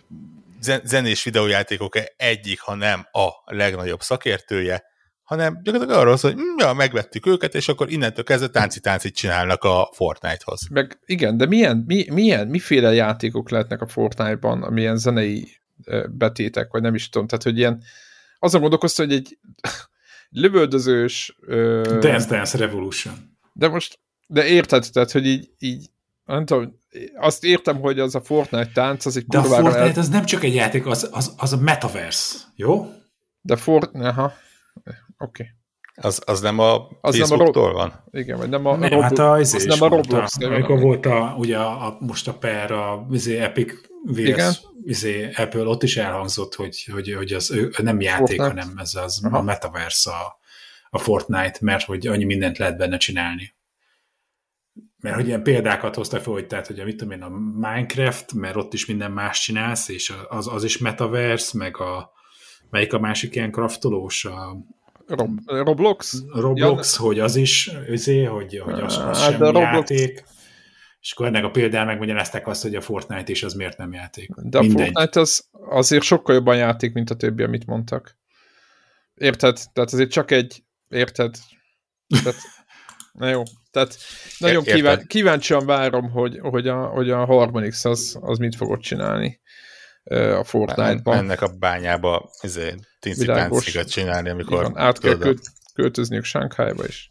zenés videójátékok egyik, ha nem a legnagyobb szakértője, hanem gyakorlatilag arról szól, hogy ja, megvettük őket, és akkor innentől kezdve tánci-táncit csinálnak a Fortnite-hoz.
Meg igen, de milyen, mi, milyen, miféle játékok lehetnek a Fortnite-ban, amilyen zenei betétek, vagy nem is tudom, tehát, hogy ilyen azon gondolkoztam, hogy egy lövöldözős... Ö...
Dance Dance Revolution.
De most, de érted, tehát, hogy így, így nem tudom, azt értem, hogy az a Fortnite tánc, az egy
de
kurvára...
De a Fortnite el... az nem csak egy játék, az, az, az a metaverse, jó?
De Fortnite, aha, oké. Okay.
Az, az nem a Facebooktól ro- van?
Igen, vagy nem a,
nem,
Roblo-
hát a, az,
az nem a Roblox.
A, amikor volt a, ugye a, a, most a per, a izé, Epic versus izé, Apple, ott is elhangzott, hogy, hogy, hogy az ő, nem játék, Fortnite. Hanem ez az aha. a metaverse a, a Fortnite, mert hogy annyi mindent lehet benne csinálni. Mert hogy ilyen példákat hoztak fel, hogy tehát, hogy mit tudom én, a Minecraft, mert ott is minden más csinálsz, és az, az is metaverse, meg a melyik a másik ilyen craftolós, a
Rob, Roblox?
Roblox, ja, hogy az is, özé, hogy, hogy az, az sem Roblox... játék. És akkor ennek a példán megmagyarázták azt, hogy a Fortnite is az miért nem játék.
De mindegy. A Fortnite az azért sokkal jobban játék, mint a többi, amit mondtak. Érted? Tehát azért csak egy, érted? Tehát, na jó. Tehát nagyon kíván, kíváncsian várom, hogy, hogy, a, hogy a Harmonix az, az mit fogod csinálni a Fortnite-ban.
Ennek a bányába tinci-páncikat csinálni, amikor...
Igen, át kell költ, költözniük Sánkhájba is.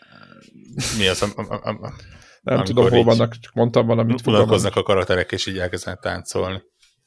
Mi az? A, a, a,
nem tudom, hol vannak, csak mondtam valamit.
Unalkoznak a karakterek, és így elkezdenek táncolni.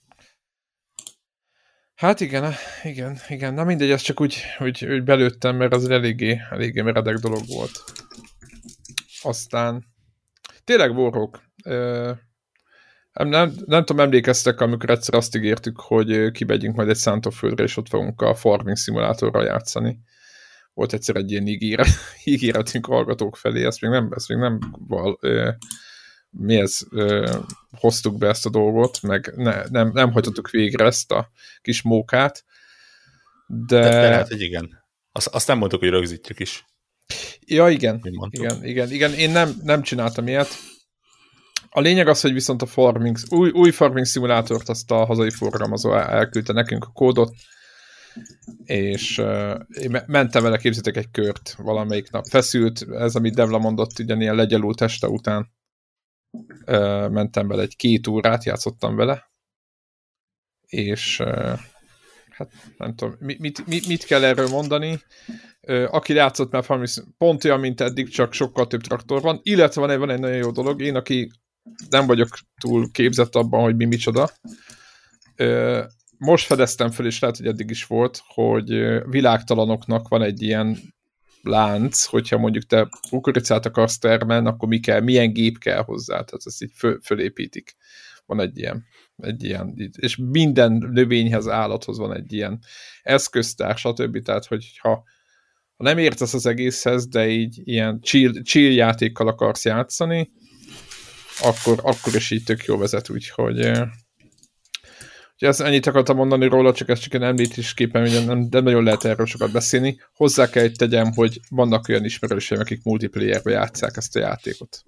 Hát igen, igen, igen. Na mindegy, ezt csak úgy, úgy, úgy belőttem, mert az eléggé, eléggé meredek dolog volt. Aztán tényleg vorrók. Nem, nem, nem tudom, emlékeztek, amikor egyszer azt ígértük, hogy kimegyünk majd egy szántóföldre, és ott fogunk a farming szimulátorral játszani. Volt egyszer egy ilyen ígéret, ígéretünk hallgatók felé, ezt még nem, ezt még nem val, ö, mi ez, ö, hoztuk be ezt a dolgot, meg ne, nem, nem hajtottuk végre ezt a kis mókát. De,
de, de lehet, hogy igen. Azt, azt nem mondtuk, hogy rögzítjük is.
Ja, igen. Igen, igen, igen. Én nem, nem csináltam ilyet. A lényeg az, hogy viszont a farming, új, új farming szimulátort azt a hazai forgalmazó elküldte nekünk a kódot. és uh, én mentem vele, képzeljétek, egy kört valamelyik nap. Feszült, ez, amit Devla mondott, ugyanilyen legyalult este után. Uh, mentem vele, egy két órát játszottam vele, és uh, hát nem tudom, mit, mit, mit kell erről mondani. Uh, aki játszott már valami pont olyan, mint eddig, csak sokkal több traktor van, illetve van egy, van egy nagyon jó dolog, én, aki nem vagyok túl képzett abban, hogy mi micsoda, uh, most fedeztem fel, és lehet, hogy eddig is volt, hogy világtalanoknak van egy ilyen lánc, hogyha mondjuk te kukoricát akarsz termelni, akkor mi kell, milyen gép kell hozzá, tehát ezt így föl, fölépítik. Van egy ilyen, egy ilyen, és minden növényhez, állathoz van egy ilyen eszköztár, stb. Tehát, hogyha ha nem értesz az egészhez, de így ilyen chill, chill játékkal akarsz játszani, akkor, akkor is így tök jó vezet, úgyhogy ugye ezt ennyit akartam mondani róla, csak ez csak egy említésképpen, hogy nem, nem nagyon lehet erről sokat beszélni. Hozzá kell, hogy tegyem, hogy vannak olyan ismerőseim, akik multiplayerbe játsszák ezt a játékot.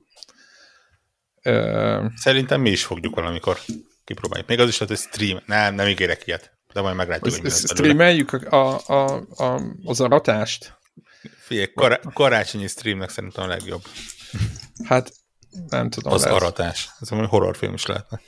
Szerintem mi is fogjuk valamikor kipróbálni. Még az is lehet, hogy stream. Nem, nem ígérek ilyet, de majd meglátjuk, hogy mi lesz belőle.
Streameljük a, a, a, az aratást?
Figyelj, kará- karácsonyi streamnek szerintem a legjobb.
Hát, nem tudom.
Az
lesz.
aratás. Ez valami horrorfilm is lehetne.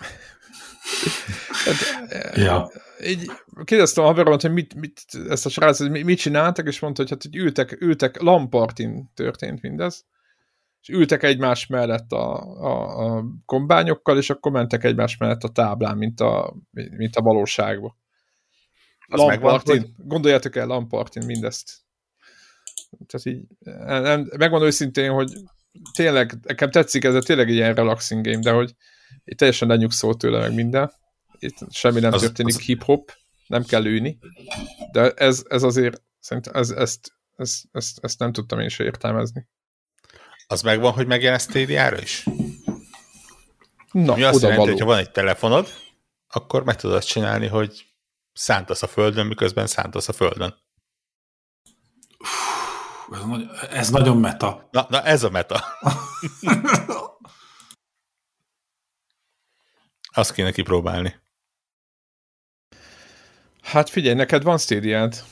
Hát,
ja.
Így kérdeztem a haveromat, hogy mit, mit, ezt a srácot, hogy mit csináltak, és mondta, hogy hát hogy ültek, ültek, LAN-partin történt mindez, és ültek egymás mellett a, a, a kombányokkal, és akkor mentek egymás mellett a táblán, mint a, mint a valóságban. LAN-partin, gondoljátok el, LAN-partin mindezt. Tehát így, nem, megmondom őszintén, hogy tényleg, nekem tetszik ez, tényleg egy ilyen relaxing game, de hogy itt teljesen lenyugszol tőle meg minden. Itt semmi nem az, történik, az... hip-hop, nem kell ülni, de ez, ez azért, szerintem ez, ezt, ezt, ezt, ezt nem tudtam én se értelmezni.
Az megvan, hogy megjelen Stadia-ra is?
Na,
mi azt
oda
jelenti,
való.
hogyha van egy telefonod, akkor meg tudod azt csinálni, hogy szántasz a földön, miközben szántasz a földön.
Ez, nagy, ez nagyon meta.
Na, na ez a meta. Azt kéne kipróbálni.
Hát figyelj, neked van Stadia-d?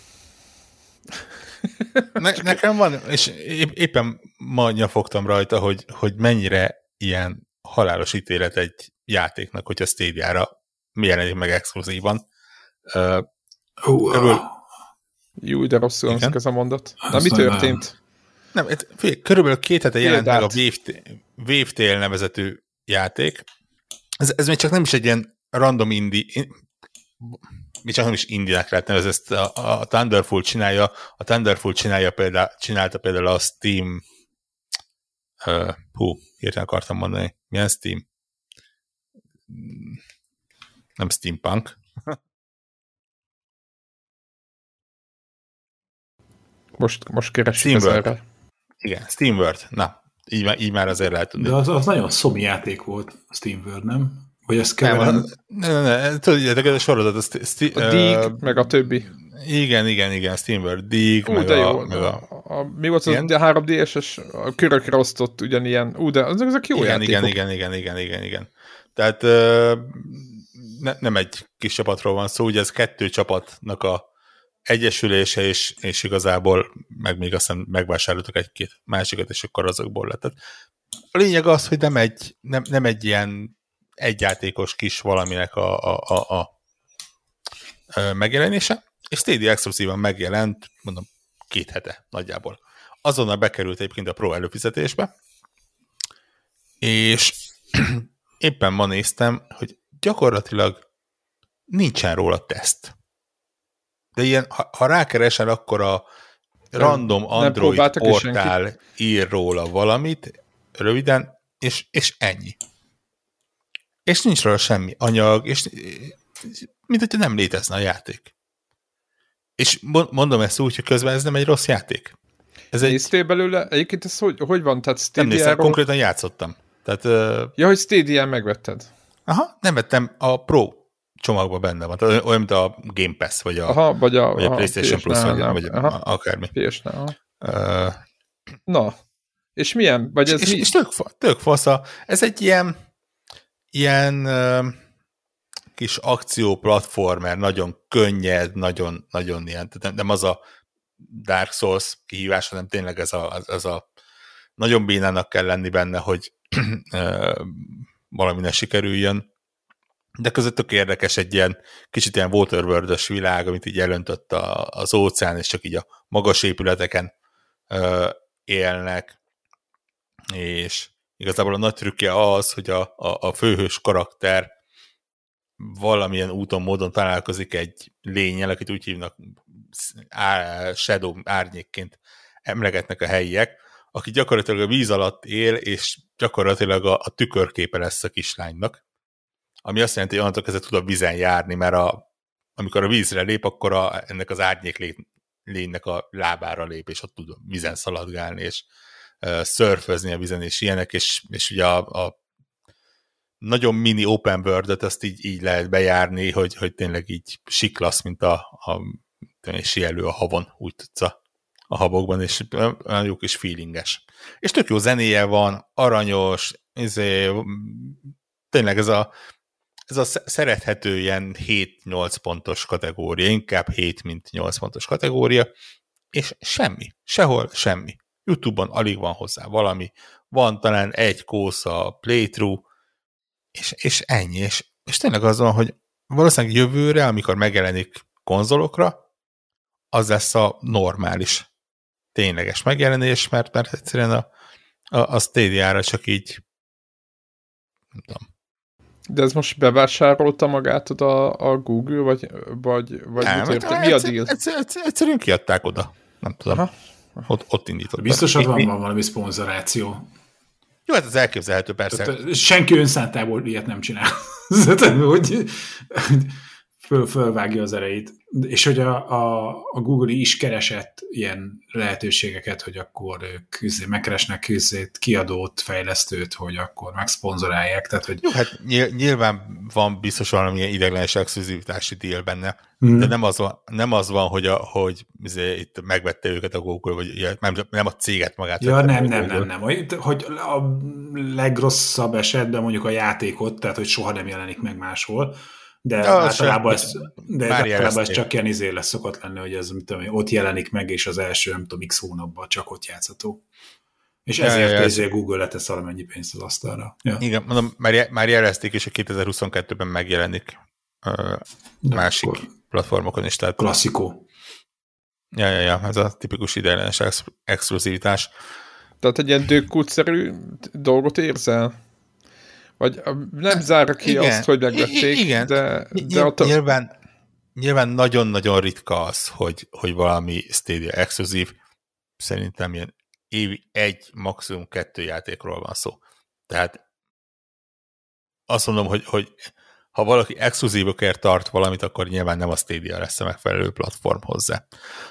Ne, nekem van, és épp, éppen ma nyafogtam rajta, hogy, hogy mennyire ilyen halálos ítélet egy játéknak, hogyha Stadia-ra mi jelenik meg exkluzívan. Uh,
uh,
ebből...
Jó, de rosszul hangzik ez a mondat. Na,
Azt
mi történt?
Nem, nem figyelj, körülbelül két hete jelent meg a
Példát.
Wavetale nevezetű játék. Ez, ez még csak nem is egy ilyen random indie, mi csak nem is indie-nek lehet nevezni, ezt a, a Thunderful csinálja, a Thunderful csinálja például, csinálta például a Steam, uh, hú, hirtelen akartam mondani, milyen Steam? Nem Steampunk.
Most, most keresik
Steamworld.
ezerre.
Igen, Steamworld. Na, így, már- így már azért lehet tudni.
De az, az nagyon szomi játék volt, a SteamWorld, nem? Vagy ezt
Nem,
keverem?
nem, nem, nem, tudjátok, ez a sorozat, a, sti, sti,
A Dig, meg a többi.
Igen, igen, igen, Steamworld, Dig,
Ú,
meg,
de
a,
jó.
meg a...
A, a, mi volt az
Igen?
a három dé es-es, a körökre osztott ugyanilyen, ú, de azok, azok jó
igen,
játékok.
igen, igen, igen, igen, igen, igen. Tehát uh, ne, nem egy kis csapatról van szó, ugye ez kettő csapatnak a egyesülése, és, és igazából meg még aztán megvásároltak egy-két másikat, és akkor azokból lett. Tehát a lényeg az, hogy nem egy, nem, nem egy ilyen egyjátékos kis valaminek a, a, a, a, a megjelenése, és Stadia exkluzívan megjelent, mondom, két hete nagyjából. Azonnal bekerült egyébként a Pro előfizetésbe, és éppen ma néztem, hogy gyakorlatilag nincsen róla teszt. De ilyen, ha, ha rákeresel, akkor a random
nem
Android portál ír róla valamit, röviden, és, és ennyi. És nincs róla semmi anyag, és mint hogyha nem létezne a játék. És mondom ezt úgy, hogy közben ez nem egy rossz játék. Ez egy...
Néztél belőle? Egyébként ez hogy, hogy van? Tehát
nem néztem,
Stadia-ról...
konkrétan játszottam. Tehát, uh...
Ja, hogy Stadia-n megvetted.
Aha, nem vettem, a Pro csomagban benne van. Tehát olyan, mint a Game Pass, vagy a,
aha, vagy a,
vagy a
aha,
PlayStation Plus, vagy,
nem,
vagy
aha.
akármi.
pé es-nál.
Uh...
Na, és milyen? Vagy ez
és,
mi?
és tök, tök fasza. Ez egy ilyen ilyen uh, kis akció platformer, nagyon könnyed, nagyon, nagyon ilyen, tehát nem, nem az a Dark Souls kihívás, hanem tényleg ez a, az, az a nagyon bénának kell lenni benne, hogy valami ne sikerüljön. De között tök érdekes egy ilyen kicsit ilyen Waterworld-ös világ, amit így elöntött a, az óceán, és csak így a magas épületeken ö, élnek, és igazából a nagy trükkje az, hogy a, a, a főhős karakter valamilyen úton, módon találkozik egy lényel, akit úgy hívnak á, Shadow árnyékként emlegetnek a helyiek, aki gyakorlatilag a víz alatt él, és gyakorlatilag a, a tükörképe lesz a kislánynak. Ami azt jelenti, hogy onnantól kezdve tud a vízen járni, mert a, amikor a vízre lép, akkor a, ennek az árnyék lé, lénynek a lábára lép, és ott tud a vízen szaladgálni, és uh, szörfözni a vízen, és ilyenek, és, és ugye a, a nagyon mini open world-öt azt így, így lehet bejárni, hogy, hogy tényleg így siklasz, mint a, a sielő a havon, úgy tudsz a, a habokban, és olyan jó kis feelinges. És tök jó zenéje van, aranyos, izé, tényleg ez a ez a szerethető ilyen hét-nyolc pontos kategória, inkább hét, mint nyolc pontos kategória, és semmi, sehol semmi. YouTube-on alig van hozzá valami, van talán egy kósza playthrough, és, és ennyi, és, és tényleg az van, hogy valószínűleg jövőre, amikor megjelenik konzolokra, az lesz a normális, tényleges megjelenés, mert, mert egyszerűen a, a, a Stadia-ra csak így nem tudom.
De ez most bevásárolta magát oda a Google, vagy, vagy, vagy
nem,
mit érte? Mi a deal?
Egyszer, egyszer, egyszerűen kiadták oda. Nem tudom. Aha. Ott, ott indítottak.
Biztos, hogy van, van valami szponzoráció.
Jó, hát ez elképzelhető, persze.
Tehát, senki önszántából ilyet nem csinál. hogy föl, fölvágja az erejét. És hogy a, a, a Google is keresett ilyen lehetőségeket, hogy akkor ők megkeresnek kiadót, fejlesztőt, hogy akkor megszponzorálják. Tehát, hogy...
Jó, hát nyilván van biztos valamilyen ideiglenes exkluzivitási deal benne, hmm. de nem az van, nem az van hogy, a, hogy itt megvette őket a Google, vagy nem, nem a céget magát.
Ja, nem, nem, nem, nem. Hogy a legrosszabb esetben mondjuk a játékot, tehát hogy soha nem jelenik meg máshol, de ja, általában, ez, de általában ez csak ilyen izé lesz szokott lenni, hogy ez mit tudom, ott jelenik meg, és az első, nem tudom, x hónapban csak ott játszható. És ezért ja, ja, ja. Google letesz valamennyi pénzt az asztalra. Ja.
Igen, mondom, már, már jelezték, és a kétezer-huszonkettőben megjelenik uh, másik platformokon is. Tehát
klasszikó.
Ja, ja, ja, ez a tipikus ideiglenes ex- exkluzivitás.
Tehát egy ilyen dőkút-szerű dolgot érzel? Vagy nem zárja ki igen, azt, hogy megvették, igen, de... de
ott... nyilván, nyilván nagyon-nagyon ritka az, hogy, hogy valami Stadia exkluzív, szerintem ilyen évi egy, maximum kettő játékról van szó. Tehát azt mondom, hogy, hogy ha valaki exkluzívokért tart valamit, akkor nyilván nem a Stadia lesz a megfelelő platform hozzá.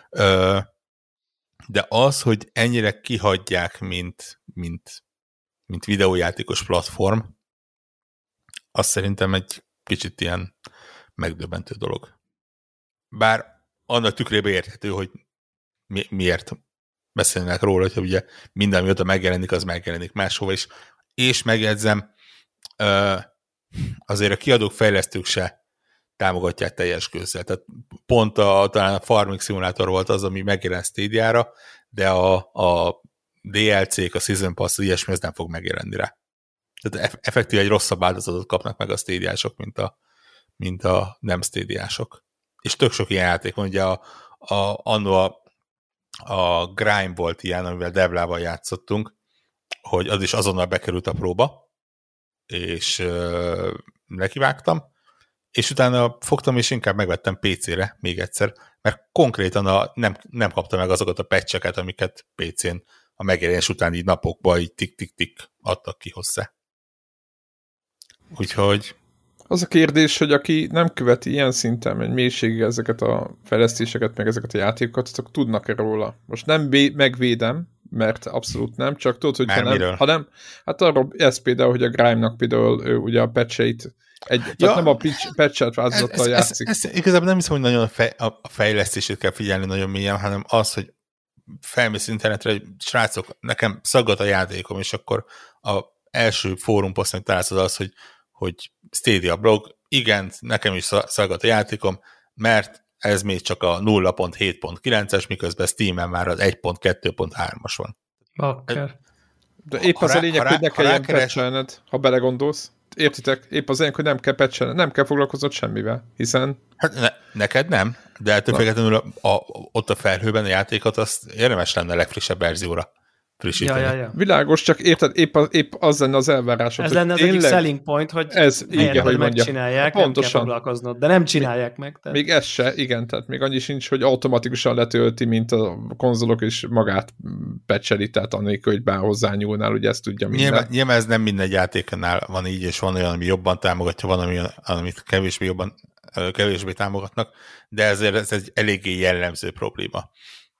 De az, hogy ennyire kihagyják, mint, mint, mint videójátékos platform, az szerintem egy kicsit ilyen megdöbbentő dolog. Bár annak tükrében érthető, hogy mi, miért beszélnek róla, hogyha ugye minden, ami oda megjelenik, az megjelenik máshova is. És megjegyzem, azért a kiadók, fejlesztők se támogatják teljes közzel. Tehát pont a, talán a Farming Simulator volt az, ami megjelent Stadia-ra, de a, a dé el cé-k, a Season Pass, ilyesmi, ez nem fog megjelenni rá. Tehát effektív egy rosszabb áldozatot kapnak meg a Stadia-sok, mint a, mint a nem Stadia-sok. És tök sok ilyen játék van, ugye a, a, anno a, a Grime volt ilyen, amivel Devlával játszottunk, hogy az is azonnal bekerült a próba, és euh, nekivágtam, és utána fogtam, és inkább megvettem pé cére még egyszer, mert konkrétan a, nem, nem kapta meg azokat a patcheket, amiket pé cén a megjelenés után így napokban így tik-tik-tik adtak ki hozzá. Úgyhogy...
Az a kérdés, hogy aki nem követi ilyen szinten, egy mélységig ezeket a fejlesztéseket, meg ezeket a játékokat, azok tudnak-e róla? Most nem vé- megvédem, mert abszolút nem, csak tudod, hogy ha nem, ha nem, hát arról ez például, hogy a Grime-nak például ő, ugye a patch-eit egy, ja, tehát nem a patch-et változattal játszik.
Ez, ez, ez, igazából nem hiszem, hogy nagyon a, fej, a fejlesztését kell figyelni nagyon mélyen, hanem az, hogy felmész internetre, hogy srácok, nekem szaggat a játékom, és akkor a első fórum poszton találsz az, hogy, hogy Stadia blog, igen, nekem is szaggat a játékom, mert ez még csak a nulla pont hét pont kilences, miközben Steamen már az egy pont kettő pont hármas van.
Bakker.
De épp
Ha
az
rá-
a lényeg,
ha rá-
hogy ne
ha
kelljen
rákeres-
patchelned, ha belegondolsz. Értitek? Épp az lényeg, hogy nem kell patchelned, nem kell foglalkoznod semmivel, hiszen
Hát ne, neked nem, de ettől függetlenül a, a, ott a felhőben a játékot azt érdemes lenne a legfrissebb verzióra frissíteni.
Ja, ja, ja.
világos, csak érted, épp az, épp az lenne az elvárásod.
Ez
hogy
lenne az egyik
tényleg
selling point, hogy
ez,
helyen,
igen,
hogy
hogy mondja.
megcsinálják, nem
Pontosan.
kell foglalkoznod, de nem csinálják meg. Tehát.
Még ez se, igen, tehát még annyi sincs, hogy automatikusan letölti, mint a konzolok, és magát pecseli, tehát annélkül, hogy bár hozzányúlnál, ugye ezt tudja minden.
Nyilván, nyilván ez nem minden játéknál van így, és van olyan, ami jobban támogatja, van olyan, amit kevésbé jobban, kevésbé támogatnak, de ezért ez egy eléggé jellemző probléma.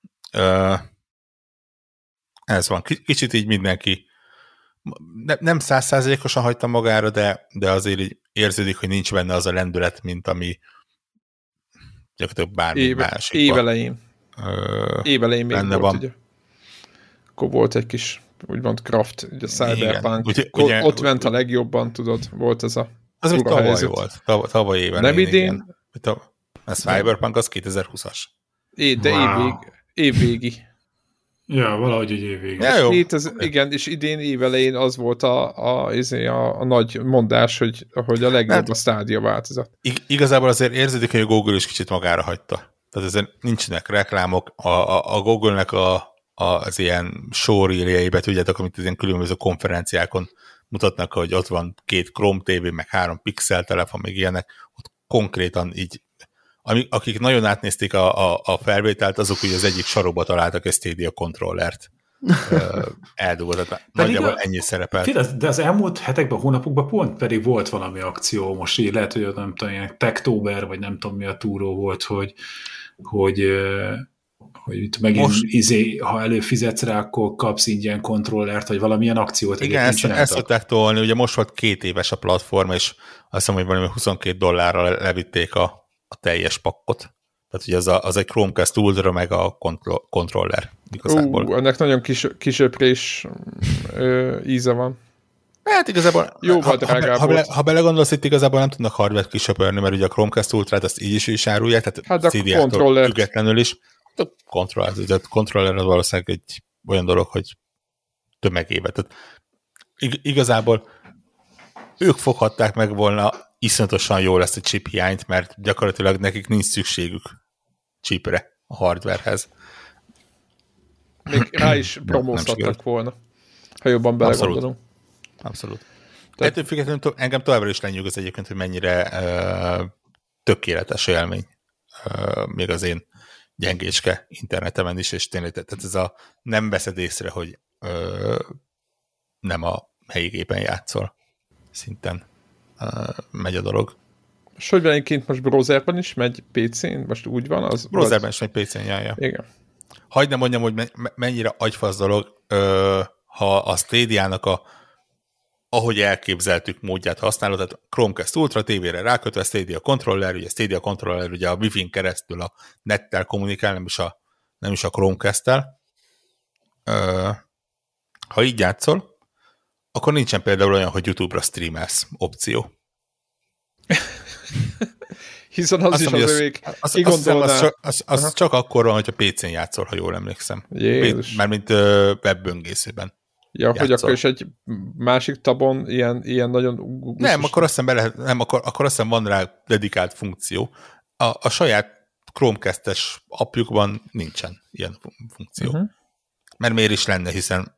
Ez van. Kicsit így mindenki ne, nem száz százalékosan hagyta magára, de, de azért így érződik, hogy nincs benne az a lendület, mint ami gyakorlatilag bármi
Éve,
másik.
évelején.
Ö,
Évelején még
benne
volt,
van.
ugye. Akkor volt egy kis, úgymond craft, ugye Cyberpunk.
Ugye-
Ugye,
ugye-
ott ment a legjobban, tudod, volt ez a
az még
fura
tavaly
helyzet.
volt. Tav- tavaly éven.
Nem idén?
Igen. Tav- Ez Cyberpunk az kétezer-húszas.
É, de
Wow.
évvég, évvégi.
Ja, valahogy egy év végig.
Ja, jó.
Itt az, igen, és idén évelején az volt a, a, a, a, a nagy mondás, hogy, hogy a legjobb
Hát-
a Stadia változat.
Ig- igazából azért érződik, hogy a Google is kicsit magára hagyta. Tehát ezen nincsenek reklámok. A, a, a Google-nek a, a, az ilyen showreeljeibe, tudjátok, amit az ilyen különböző konferenciákon mutatnak, hogy ott van két Chrome té vé, meg három Pixel telefon, meg ilyenek, ott konkrétan így, ami, akik nagyon átnézték a, a, a felvételt, azok ugye az egyik sarokba találtak egy Stadia controllert. Eldugott, tehát nagyjából
a-
ennyi szerepelt.
Kérdez, de az elmúlt hetekben, hónapokban pont pedig volt valami akció, most így lehet, hogy nem tudom, ilyen Techtober, vagy nem tudom mi a túró volt, hogy, hogy, ö, hogy itt megint
Most-
izé, ha előfizetsz rá, akkor kapsz ingyen kontrollert, vagy valamilyen akciót
Igen,
egyébként
ezt, ezt
csináltak.
szokták tolni, ugye most volt két éves a platform, és azt hiszem, hogy valami huszonkét dollárral levitték a, a teljes pakkot. Tehát ugye az, a, az egy Chromecast Ultra, meg a kontro, controller igazából.
Ú, ennek nagyon kis, kisöprés ö, íze van.
Hát igazából,
Jóval
ha, ha,
drágább
ha, bele,
volt.
ha belegondolsz, itt igazából nem tudnak hardware-t kisöpörni, mert ugye a Chromecast Ultrát azt így is is árulják, tehát
Hát a
cé dé-től
controllert.
függetlenül is. A controller, a controller az valószínűleg egy olyan dolog, hogy tömegébe. Tehát ig- igazából ők foghatták meg volna iszonyatosan jól ezt a chip hiányt, mert gyakorlatilag nekik nincs szükségük chipre, a hardwarehez.
Még rá is
nem
promóztattak
sikerült.
volna, ha jobban belegondolom.
Abszolút. Tehát... Ettől függetlenül to- engem továbbra is lenyűgöz egyébként, hogy mennyire uh, tökéletes élmény uh, még az én gyengécske internetemen is, és tényleg, tehát ez a nem veszed észre, hogy uh, nem a helyi gépen játszol szinten uh, megy a dolog.
És hogy van kint most browserben is megy pé cén? Most úgy van? Az,
Browserben is megy pé cén, járja.
Igen.
Hagyd nem mondjam, hogy me- mennyire agyfasz dolog, uh, ha a Stadia-nak a ahogy elképzeltük módját használod, tehát Chromecast Ultra tévére rákötve Stadia controller, ugye Stadia controller ugye a Wi-Fi-n keresztül a nettel kommunikál, nem is a, nem is a Chromecast-tel. Ö, ha így játszol, akkor nincsen például olyan, hogy YouTube-ra streamelsz opció.
Hiszen az
Azt
is
hiszem, hogy
az
az-
még
Az, az,
kigondolná.
az, csak, az, az
Aha.
csak akkor van, hogyha pé cén játszol, ha jól emlékszem.
Jézus.
Mármint ö, webböngészőben.
Ja, hogy
játszol.
akkor is egy másik tabon ilyen, ilyen nagyon gusztus.
Nem, akkor azt hiszem, be lehet, nem, akkor, akkor azt hiszem van rá dedikált funkció. A, a saját Chromecast-es appjukban nincsen ilyen fun- funkció.
Uh-huh.
Mert miért is lenne, hiszen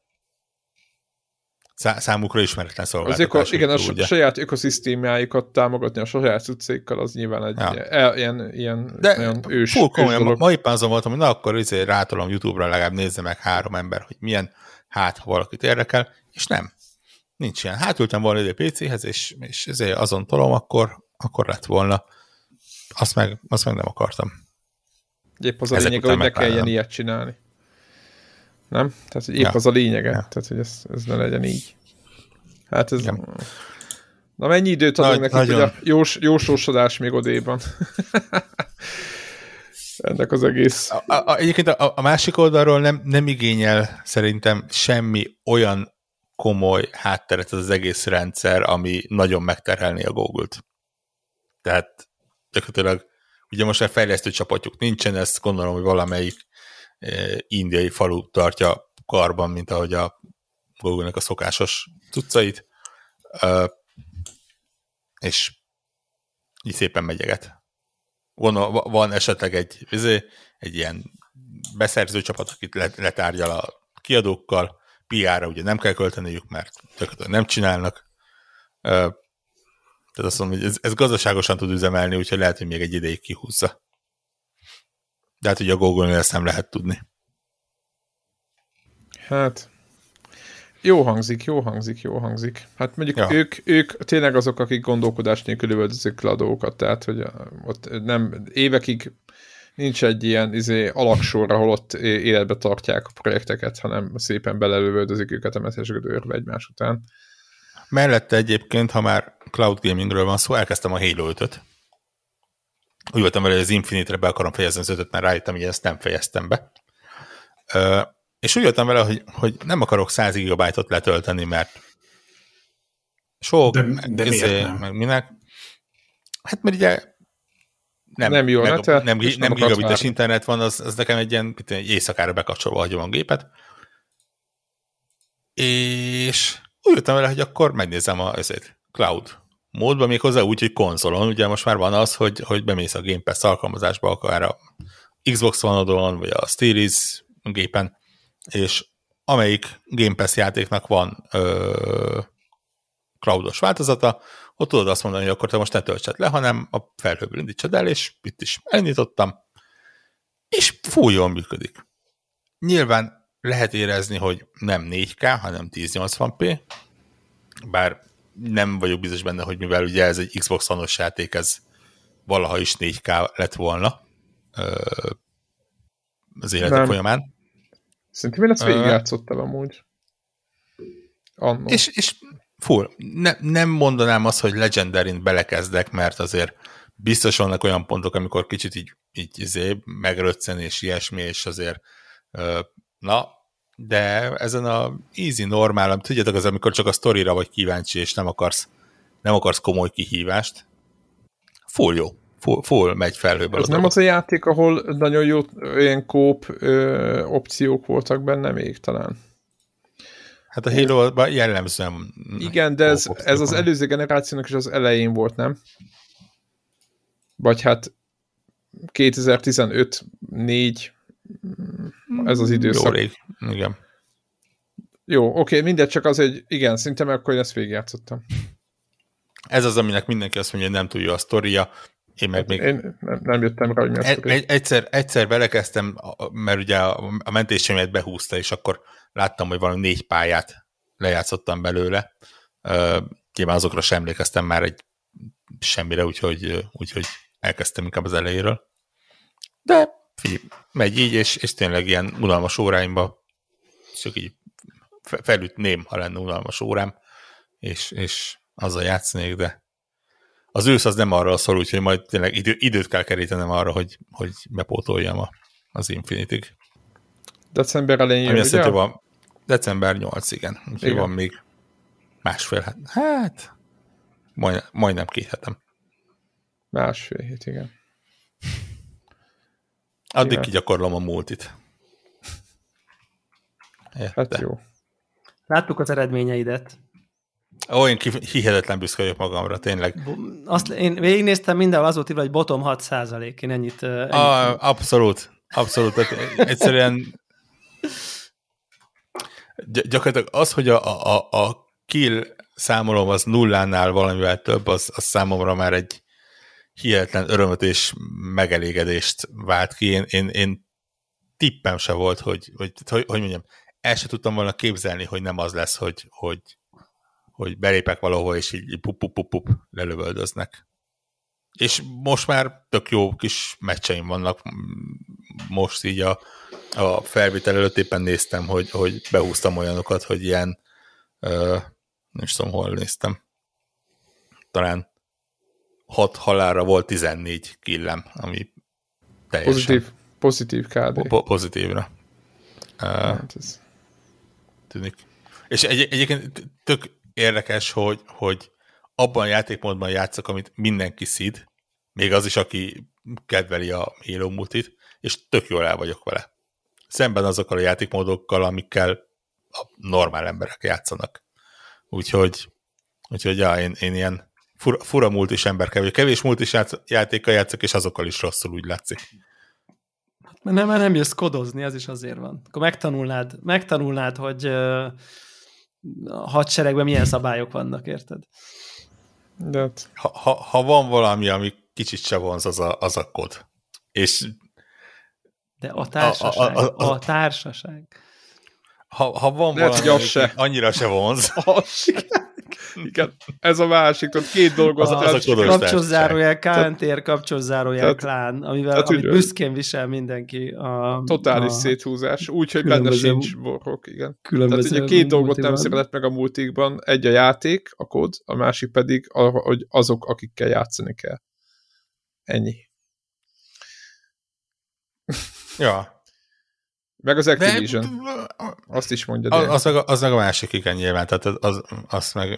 szá- számukra ismeretlen
Az
szolgáltatás.
öko, igen, a
ugye.
saját ökoszisztémájukat támogatni a saját cuccékkal, az nyilván egy
Ja.
ja. ilyen, ilyen
De
nagyon ős,
full
ős
komolyan, ma,
dolog.
ma éppen azon voltam, hogy na akkor izé rátolom YouTube-ra, legalább nézze meg három ember, hogy milyen, hát ha valakit érdekel, és nem. Nincs ilyen. Hátültem volna ide pé céhez, és, és ezért azon tolom, akkor, akkor lett volna. Azt meg, azt meg nem akartam.
Épp az a
Ezek
lényeg,
után
hogy ne kelljen
megvállalom.
ilyet csinálni. Nem? Tehát, hogy épp
Ja.
az a lényege.
Ja.
Tehát, hogy ez, ez ne legyen így. Hát ez...
Igen.
Na mennyi időt adunk
Nagy-
nekik,
nagyon.
hogy a jós, jósósodás még odéban. Ennek az egész...
A, a, egyébként a, a másik oldalról nem, nem igényel szerintem semmi olyan komoly hátteret az egész rendszer, ami nagyon megterhelné a Google-t. Tehát gyakorlatilag ugye most már fejlesztő csapatjuk nincsen, ezt gondolom, hogy valamelyik eh, indiai falu tartja karban, mint ahogy a Google-nek a szokásos cuccait, uh, és így szépen megyeget. Van, van esetleg egy, egy ilyen beszerző csapat, akit letárgyal a kiadókkal, pé er-ra ugye nem kell költeniük, mert gyakorlatilag nem csinálnak. Uh, tehát azt mondom, hogy ez, ez gazdaságosan tud üzemelni, úgyhogy lehet, hogy még egy ideig kihúzza. De hát ugye a Google-nél ezt nem lehet tudni.
Hát, jó hangzik, jó hangzik, jó hangzik. Hát mondjuk ja. ők, ők tényleg azok, akik gondolkodás nélkül üvöltözik le a dolgokat, tehát, hogy ott nem évekig nincs egy ilyen izé, alaksor, ahol ott életbe tartják a projekteket, hanem szépen belelövöldözik őket a messzes gödörbe egymás után.
Mellette egyébként, ha már cloud gamingről van szó, elkezdtem a Halo ötöt. Úgy voltam vele, hogy az Infinite-re be akarom fejezni az ötöt, mert rájöttem, hogy ezt nem fejeztem be. Ö, és úgy voltam vele, hogy, hogy nem akarok száz gigabájtot letölteni, mert sok,
de,
meg,
de
ezé,
nem?
meg minek. Hát mert ugye nem,
nem jó,
meg,
ne,
nem, nem, nem gigabites internet van, az, az nekem egy ilyen egy éjszakára bekapcsolva hagyom a gépet. És úgy jöttem vele, hogy akkor megnézem a ezért, cloud módban, még hozzá úgy, hogy konzolon. Ugye most már van az, hogy, hogy bemész a Game Pass alkalmazásba, akár a Xbox One-odon, vagy a Series gépen, és amelyik Game Pass játéknak van ö, cloudos változata, ott tudod azt mondani, hogy akkor te most ne töltsed le, hanem a felhőből indítsad el, és itt is elindítottam, és fúj, jól működik. Nyilván lehet érezni, hogy nem négy ká, hanem ezernyolcvan pé, bár nem vagyok biztos benne, hogy mivel ugye ez egy Xbox One-os játék, ez valaha is négy ká lett volna az életek folyamán.
Szerintem én ezt végigjátszottam amúgy.
Anno. És, és full, ne, nem mondanám azt, hogy Legendary-n belekezdek, mert azért biztos vannak olyan pontok, amikor kicsit így, így izé, megröccen és ilyesmi, és azért na, de ezen a easy, normál, tudjátok, az, amikor csak a sztorira vagy kíváncsi, és nem akarsz, nem akarsz komoly kihívást, full jó. Full, full megy felhőbe.
Ez nem az a játék, ahol nagyon jó ilyen kóp ö, opciók voltak benne még talán.
Hát a Halo-ban jellemzően...
Igen, de ez, ez az előző generációnak is az elején volt, nem? Vagy hát kétezer-tizenöt négy ez az időszak.
Jó rég, igen.
Jó, oké, mindegy, csak az, hogy igen, szinte meg akkor én ezt végigjátszottam.
Ez az, aminek mindenki azt mondja, hogy nem túl jó a sztoria. Én meg még...
Én nem jöttem rá, hogy mi a sztoria.
Egy, egyszer, egyszer belekezdtem, mert ugye a, a mentésemet behúzta, és akkor láttam, hogy valami négy pályát lejátszottam belőle. Nyilván azokra sem emlékeztem már egy semmire, úgyhogy, úgyhogy elkezdtem inkább az elejéről. De figyelj, megy így, és, és tényleg ilyen unalmas óráimba csak így felütném, ha lenne unalmas órám, és, és azzal játszanék, de az ősz az nem arra szól, úgyhogy majd tényleg idő, időt kell kerítenem arra, hogy, hogy bepótoljam a, az Infinity-ig.
December elején jön,
ugye? Van, december nyolcadika, igen. Úgyhogy
igen.
Van még másfél hát. Hát, majd, majdnem két hetem.
Másfél hét, igen.
Addig igen. Kigyakorlom a multit.
Érte. Hát jó.
Láttuk az eredményeidet.
Ó, én hihetetlen büszke vagyok magamra, tényleg.
Azt, én végignéztem mindenhol, az volt írva, hogy bottom hat százalék. Én ennyit... ennyit
a, abszolút. Abszolút. Egyszerűen gyakorlatilag az, hogy a, a, a kill számolom az nullánál valamivel több, az, az számomra már egy hihetetlen örömöt és megelégedést vált ki. Én, én, én tippem se volt, hogy, hogy, hogy, hogy mondjam, el se tudtam volna képzelni, hogy nem az lesz, hogy, hogy, hogy belépek valahol, és így pup-pup-pup lelövöldöznek. És most már tök jó kis meccseim vannak. Most így a, a felvétel előtt éppen néztem, hogy, hogy behúztam olyanokat, hogy ilyen uh, nem is tudom, hol néztem. Talán hat halálra volt tizennégy killem, ami teljesen...
Pozitív, pozitív ká dé.
Po- pozitívra. Uh,
hát ez...
Tűnik. És egy, egyébként tök érdekes, hogy, hogy abban a játékmódban játszok, amit mindenki szid, még az is, aki kedveli a Halo multit, és tök jól el vagyok vele. Szemben azokkal a játékmódokkal, amikkel a normál emberek játszanak. Úgyhogy, úgyhogy ja, én, én ilyen fura, fura multis ember kevés, kevés multis játékkal játszok, és azokkal is rosszul úgy látszik.
Mert nem, nem jössz kodozni, ez is azért van. Akkor megtanulnád, megtanulnád, hogy uh, a hadseregben milyen szabályok vannak, érted?
De...
Ha, ha, ha van valami, ami kicsit se vonz, az a, az a kod. És
de a társaság, a, a, a, a társaság.
Ha, ha van
lehet,
valami,
hogy se.
annyira se vonz.
Igen, ez a másik, tudod, két dolgot.
Az a kapcsolzárójel, kántér kapcsolzárójel klán, amivel amit büszkén visel mindenki. A,
totális
a
széthúzás, úgyhogy benne sincs borok, igen.
Tehát
ugye két dolgot nem szeretett meg a multikban, egy a játék, a kód, a másik pedig, hogy azok, akikkel játszani kell. Ennyi.
Ja.
Meg az Activision. De, azt is mondja.
Az, az, meg a, az meg a másik, igen, nyilván. Tehát az, az, azt meg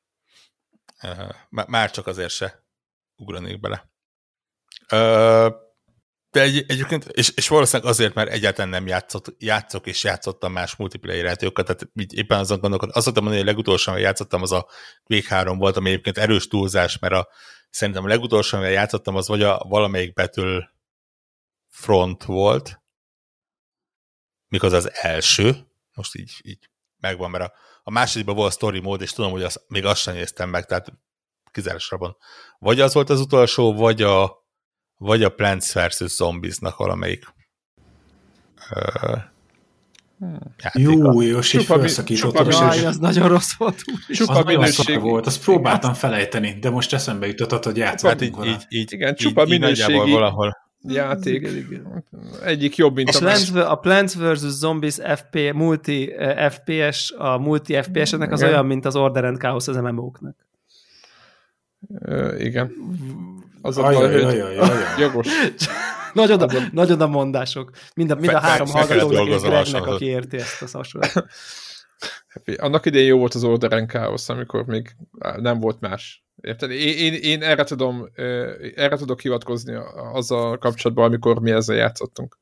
uh, már csak azért se ugranék bele. Uh, de egy, egyébként, és, és valószínűleg azért, mert egyáltalán nem játszott, játszok és játszottam más multiplayer játékokat, tehát így éppen azon gondolkodom. Azt mondtam, hogy a legutolsó, amivel játszottam, az a Quake három volt, ami egyébként erős túlzás, mert a, szerintem a legutolsó, amivel játszottam, az vagy a valamelyik Battlefront volt, mikor az első, most így, így megvan, mert a, a másodikban volt story mód, és tudom, hogy az, még azt sem néztem meg, tehát kizárásában. Vagy az volt az utolsó, vagy a, vagy a Plants versus. Zombies-nak valamelyik uh,
jó, jó, és így felszakítottam.
Jaj, az nagyon rossz volt.
Csupa minőségi volt, azt próbáltam felejteni, de most eszembe jutott, hogy játszottunk
hát így, így, így,
igen, csupa minőségi
valahol.
Játék. Egyik jobb, mint
és
a
más. A Plants versus. Zombies ef pé, multi ef pé es, a multi ef pé es-eknek az igen. olyan, mint az Order and Chaos az em em ó-knak.
Uh, igen. Az
a
jogos.
Nagy oda, nagy oda mondások. Mind a, mind a három hallgatónak és Gregnek, aki érti ezt a hasonlót.
Annak idején jó volt az Order and Chaos, amikor még nem volt más. Érted? Én, én, én erre, tudom, erre tudok hivatkozni azzal kapcsolatban, amikor mi ezzel játszottunk.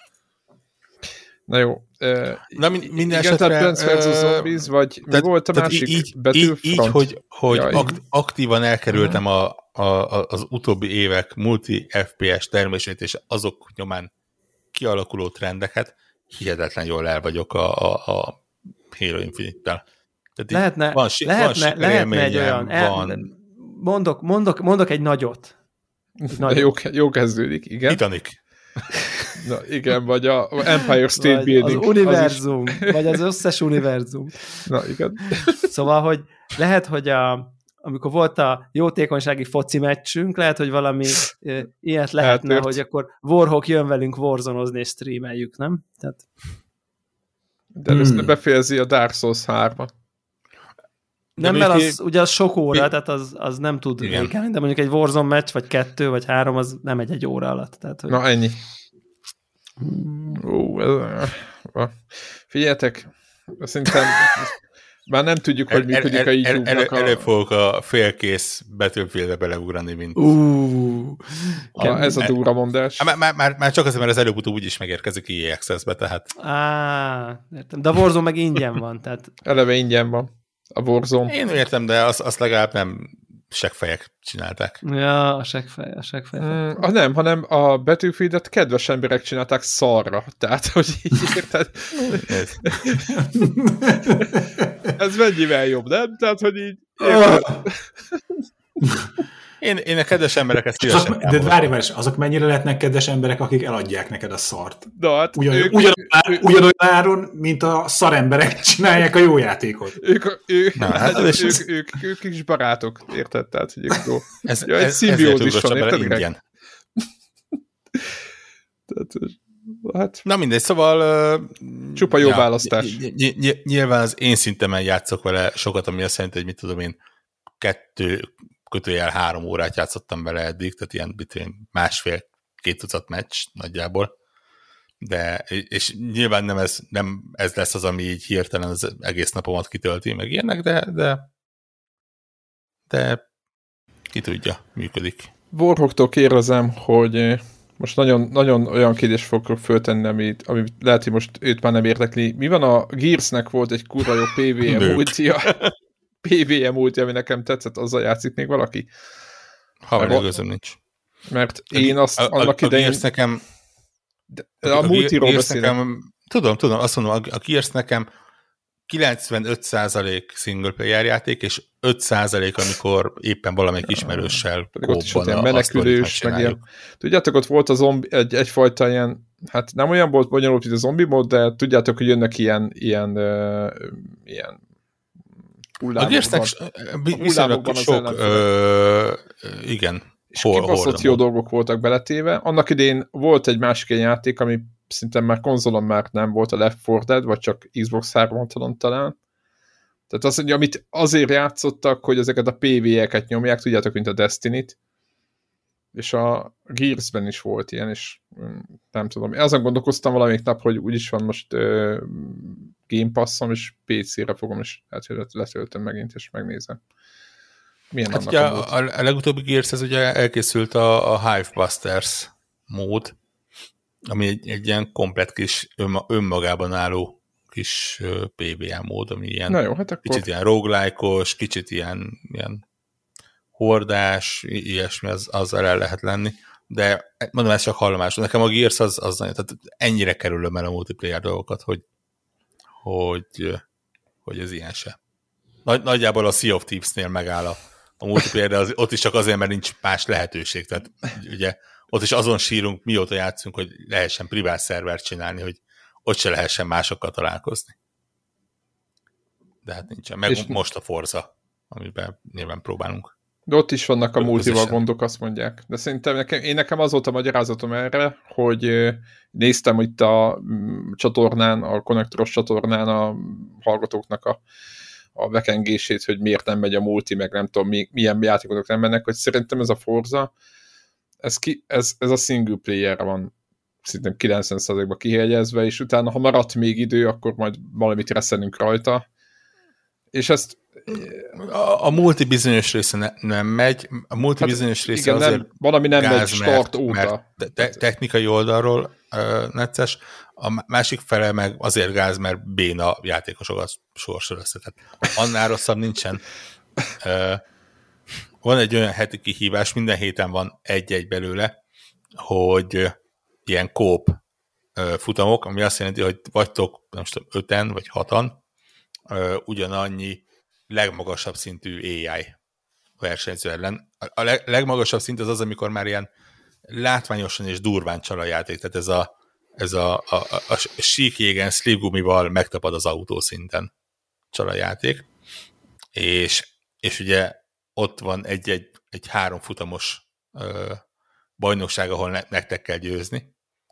Na jó.
Na, minden
igen,
esetre...
Tehát Plants versus. Zombies, vagy mi volt a másik?
Így, így, így, hogy, hogy ja, akt, aktívan elkerültem a, a, az utóbbi évek multi ef pé es termését, és azok nyomán kialakuló trendeket, hihetetlen jól el vagyok a, a, a Halo Infinite-tel.
Lehetne, van, lehetne, van lehetne egy olyan... Van... El, mondok, mondok, mondok egy nagyot. Egy nagyot.
Jó, jó kezdődik, igen.
Titanic.
Na igen, vagy a Empire State vagy Building.
Az univerzum, az vagy az összes univerzum.
Na igen.
Szóval, hogy lehet, hogy a, amikor volt a jótékonysági foci meccsünk, lehet, hogy valami e, ilyet lehetne, Eltört. Hogy akkor Warhawk jön velünk warzonozni és streameljük, nem? Tehát...
De hmm. ezt befejezi a Dark Souls hármat.
Nem, mert az, ugye az sok óra, mi? Tehát az, az nem tud ékelni, de mondjuk egy Warzone meccs, vagy kettő, vagy három, az nem egy egy óra alatt. Tehát, hogy...
Na, ennyi. Ó, ez... Figyeljetek, szerintem már nem tudjuk, hogy működik el, el, a YouTube-nak
el, el, a... Előbb fogok a félkész Battlefield-be beleugrani, mint...
Uh,
a, ez a durva mondás.
Már, már, már, már csak azért, mert az előbb-utóbb úgyis megérkezik i á Access-be, tehát...
Á, értem. De a Warzone meg ingyen van, tehát...
Eleve ingyen van. A Warzone.
Én értem, de azt, azt legalább nem seggfejek csinálták.
Ja, a seggfej, a seggfej.
Mm, ah, nem, hanem a Battlefield-et kedves emberek csinálták szarra. Tehát, hogy így érted? ez. ez mennyivel jobb, nem? Tehát, hogy így...
Én, én a kedves embereket szívesen
azok, de várj, várj, azok mennyire lehetnek kedves emberek, akik eladják neked a szart?
Na, hát
Ugyan,
ők,
ugyan,
ők,
ugyanolyan áron, mint a szaremberek csinálják a jó játékot.
Ők, ők,
Na,
hát,
ők,
ők, ők, ők is barátok, érted? Tehát, hogy ők jó.
Ez,
ja, egy
ez,
szimbiózis van, érted?
Ingyen.
Tehát, hát...
Na mindegy, szóval...
Csupa jó ja, választás.
Ny- ny- nyilván az én szintemen játszok vele sokat, ami azt jelenti, hogy mit tudom én, kettő kötőjel három órát játszottam vele eddig, tehát ilyen másfél-két tucat meccs nagyjából. De, és nyilván nem ez, nem ez lesz az, ami így hirtelen az egész napomat kitölti, meg ilyenek, de, de, de ki tudja, működik.
Warhawktól kérdezem, hogy most nagyon, nagyon olyan kérdést fogok föltenni, amit, amit lehet, hogy most őt már nem érdekli. Mi van a Gearsnek volt egy kurva jó pé vé em multia, pé vé em multia, ami nekem tetszett, azzal játszik még valaki?
Ha megőzöm nincs.
Mert én azt
a,
annak
a,
idején...
A nekem...
De a, a multiról beszélek.
Nekem, tudom, tudom, azt mondom, a Gears nekem kilencvenöt százalék single player játék, és öt százalék, amikor éppen valamelyik ismerőssel
kóban a menekülős, meg ilyen. Tudjátok, ott volt a zombi, egy, egyfajta ilyen, hát nem olyan volt bonyolult, mint a zombi mód, de tudjátok, hogy jönnek ilyen ilyen, uh, ilyen
hullámokban. A Gearsnek viszonylag sok, ö, igen,
és kibaszott jó dolgok voltak beletéve. Annak idén volt egy másik ilyen játék, ami szinte már konzolon már nem volt, a Left four Dead, vagy csak Xbox háromszázhatvanon talán. Tehát az, hogy amit azért játszottak, hogy ezeket a pé vé-eket nyomják, tudjátok, mint a Destiny-t, és a Gearsben is volt ilyen, és nem tudom. Én azon gondolkoztam valamelyik nap, hogy úgyis van most uh, Game Passom, és pé cére fogom, és hát, hogy letöltöm megint, és megnézem. Milyen
hát ugye a, a, a legutóbbi Gears, ez ugye elkészült a, a Hive Busters mód, ami egy, egy ilyen komplet kis önma, önmagában álló kis pé vé em mód, ami ilyen
Na jó, hát akkor...
kicsit ilyen roguelike-os, kicsit ilyen, ilyen hordás, ilyesmi, az, azzal el lehet lenni. De mondom, ez csak hallomás. Nekem a Gears az, az nagyon, tehát ennyire kerülöm el a multiplayer dolgokat, hogy, hogy, hogy ez ilyen se. Nagy, nagyjából a Sea of Thieves-nél megáll a, a multiplayer, de az, ott is csak azért, mert nincs más lehetőség. Tehát ugye ott is azon sírunk, mióta játszunk, hogy lehessen privát szervert csinálni, hogy ott se lehessen másokkal találkozni. De hát nincsen. Meg és most a Forza, amiben nyilván próbálunk.
De ott is vannak a multival gondok, azt mondják. De szerintem nekem, én nekem az volt a magyarázatom erre, hogy néztem itt a csatornán, a konnektoros csatornán a hallgatóknak a, a vekengését, hogy miért nem megy a multi, meg nem tudom, milyen játékok nem mennek, hogy szerintem ez a Forza, ez, ki, ez, ez a single player van szerintem kilencven százalékban kihegyezve, és utána, ha maradt még idő, akkor majd valamit reszelünk rajta. És ezt...
A, a multi bizonyos része ne, nem megy. A multi hát bizonyos része
igen,
azért
nem, valami nem
gáz,
megy start
mert,
óta.
Mert te, technikai oldalról uh, necces, a másik fele meg azért gáz, mert béna játékosokat sorsra lesz. Tehát annál rosszabb nincsen. Uh, van egy olyan heti kihívás, minden héten van egy-egy belőle, hogy ilyen kóp futamok, ami azt jelenti, hogy vagytok, nem tudom, öten vagy hatan, ugyanannyi legmagasabb szintű á i versenyző ellen. A legmagasabb szint az az, amikor már ilyen látványosan és durván csal a játék, tehát ez a, ez a, a, a, a síkjégen szlívgumival megtapad az autó szinten csal a játék, és, és ugye ott van egy-egy egy három futamos ö, bajnokság, ahol ne, nektek kell győzni,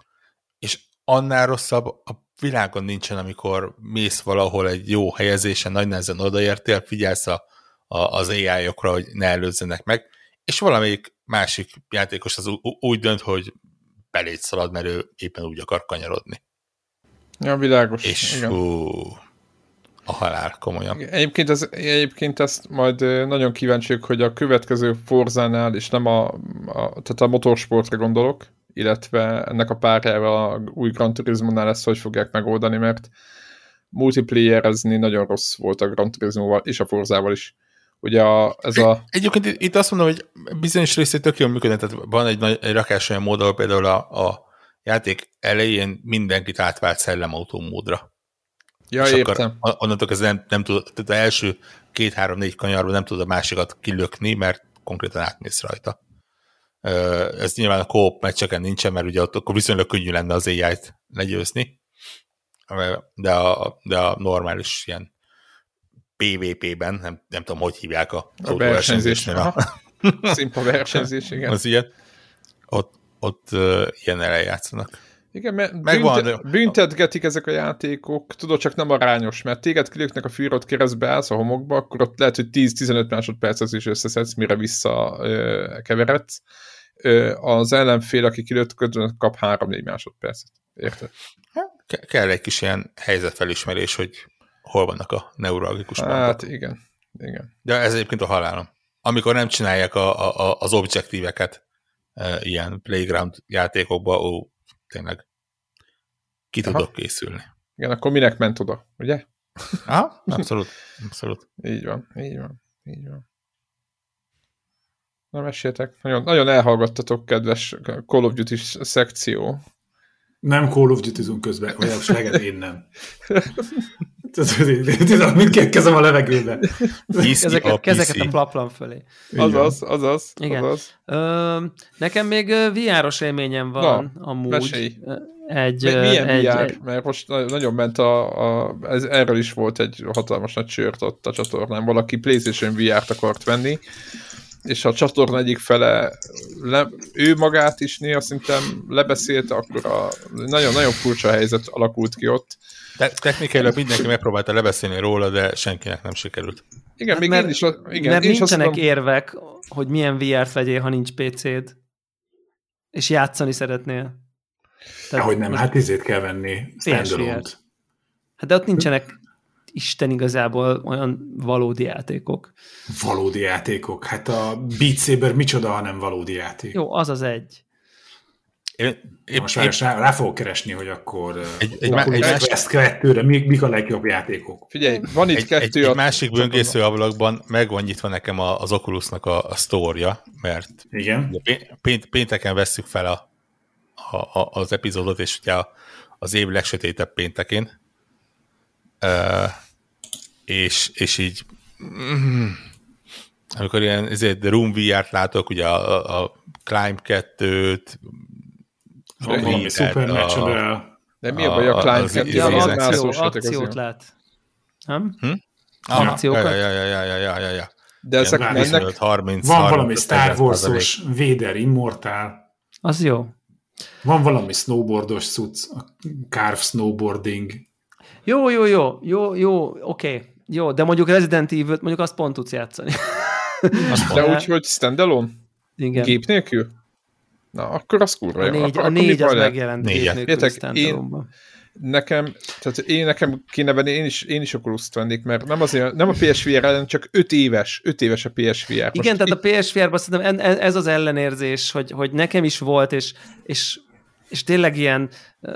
és annál rosszabb a világon nincsen, amikor mész valahol egy jó helyezésen, nagy nehezen odaértél, figyelsz a, a, az á i-okra, hogy ne előzzenek meg, és valamelyik másik játékos az úgy dönt, hogy beléd szalad, mert ő éppen úgy akar kanyarodni.
Ja, világos.
És hú, a halál, komolyan.
Egyébként, ez, egyébként ezt majd nagyon kíváncsiak, hogy a következő Forzánál, és nem a, a, tehát a motorsportra gondolok, illetve ennek a párjával a új Gran Turismo-nál ezt hogy fogják megoldani, mert multiplayerezni nagyon rossz volt a Gran Turismo-val és a Forzával is. Ugye a, ez a...
Egyébként itt azt mondom, hogy bizonyos részét tök jól működne, tehát van egy, nagy, egy rakás olyan mód, ahol például a, a játék elején mindenkit átvált szellemautó módra.
Ja,
és
értem.
Akkor onnantól ez nem, nem tud, tehát az első két-három-négy kanyarban nem tud a másikat kilökni, mert konkrétan átmész rajta. Ez nyilván a co-op meccseken nincsen, mert ugye ott akkor viszonylag könnyű lenne az á i-t legyőzni, de a, de a normális ilyen pé vé pé-ben, nem, nem tudom, hogy hívják a,
a versenyzésnél. A... Szimpa versenyzés, igen.
Az ilyen, ott, ott uh, ilyen eljátszanak.
Igen, mert büntet, büntetgetik ezek a játékok, tudod, csak nem arányos, mert téged kilöknek a fűrod keresztbe állsz a homokba, akkor ott lehet, hogy tíz-tizenöt másodpercet is összeszedsz, mire visszakeveredsz. Az ellenfél, aki kilőtt, kap három-négy másodpercet. Érted?
Ke- kell egy kis ilyen helyzetfelismerés, hogy hol vannak a neuralgikus pontok.
Hát igen, igen.
De ez egyébként a halálom. Amikor nem csinálják a, a, az objektíveket ilyen playground játékokba, ó, tényleg ki
Aha.
tudok készülni.
Igen, akkor minek ment oda, ugye?
Aha, abszolút, abszolút.
Így van, így van, így van. Na, meséltek. Nagyon, nagyon elhallgattatok, kedves Call of Duty szekció.
Nem Call of Duty-zunk közben, vagy a legyen én nem. Tudom, mindkét kezem a levegőbe.
Ezeket, kezeket a plaplan fölé.
Azaz, azaz,
Igen.
azaz.
Ö, nekem még vé er-os élményem van,
Na,
amúgy.
mesélj.
Egy,
Milyen
egy,
vé er?
egy,
Mert most nagyon ment a, a ez, erről is volt egy hatalmas nagy csőrt ott a csatornán. Valaki PlayStation vé er-t akart venni, és a csatorna egyik fele le, ő magát is néha szerintem lebeszélte, akkor a nagyon-nagyon furcsa helyzet alakult ki ott.
Te, technikailag mindenki megpróbálta lebeszélni róla, de senkinek nem sikerült.
Igen,
hát
még
mert,
én is, igen,
mert
én is
nincsenek
mondom,
érvek, hogy milyen vé er-t vegyél, ha nincs pé céd, és játszani szeretnél.
Tehát hogy nem, most hát izét kell venni, standalone-t.
Hát de ott nincsenek Isten igazából olyan valódi játékok.
Valódi játékok? Hát a Beat Saber micsoda, ha nem valódi játék?
Jó, az az egy.
Én, én,
most
én,
rá, rá fogok keresni, hogy akkor
egy, egy, egy,
másik... ezt kettőre mik, mik a legjobb játékok.
Figyelj, van itt
egy,
kettő...
egy,
a...
egy másik böngésző ablakban meg van nyitva nekem az Oculusnak a, a sztorja, mert
igen?
Pént, pénteken vesszük fel a, a, a, az epizódot, és ugye az év legsötétebb péntekén. Uh, és, és így mm, amikor ilyen ezért Room vé er-t látok, ugye a, a Climb kettőt,
van valami Supernatural.
De mi a baj a Climb kettő?
Ja, akció, akciót lát. Nem?
Hm?
Akciókat?
Ja, ja, ja, ja, ja, ja, ja.
De ezek mennek...
harminc,
van valami Star Wars-os Vader Immortal.
Az jó.
Van valami snowboardos cucc, a Carve Snowboarding.
Jó, jó, jó, jó, jó, oké. Okay. Jó, de mondjuk Resident Evil-t, mondjuk azt pont tudsz játszani.
De úgy, hogy standalone?
Igen.
Gép nélkül? Na, akkor az kurva
jó. A négy, a négy az megjelent gép nélkül standalone-ban.
Nekem, tehát én nekem kéne venni, én is, én is Oculus-t vennék, mert nem azért, nem a pé es vé er ellen, csak öt éves, öt éves a pé es vé er.
Most igen, tehát itt... a pé es vé er-ben szerintem ez az ellenérzés, hogy, hogy nekem is volt, és, és, és tényleg ilyen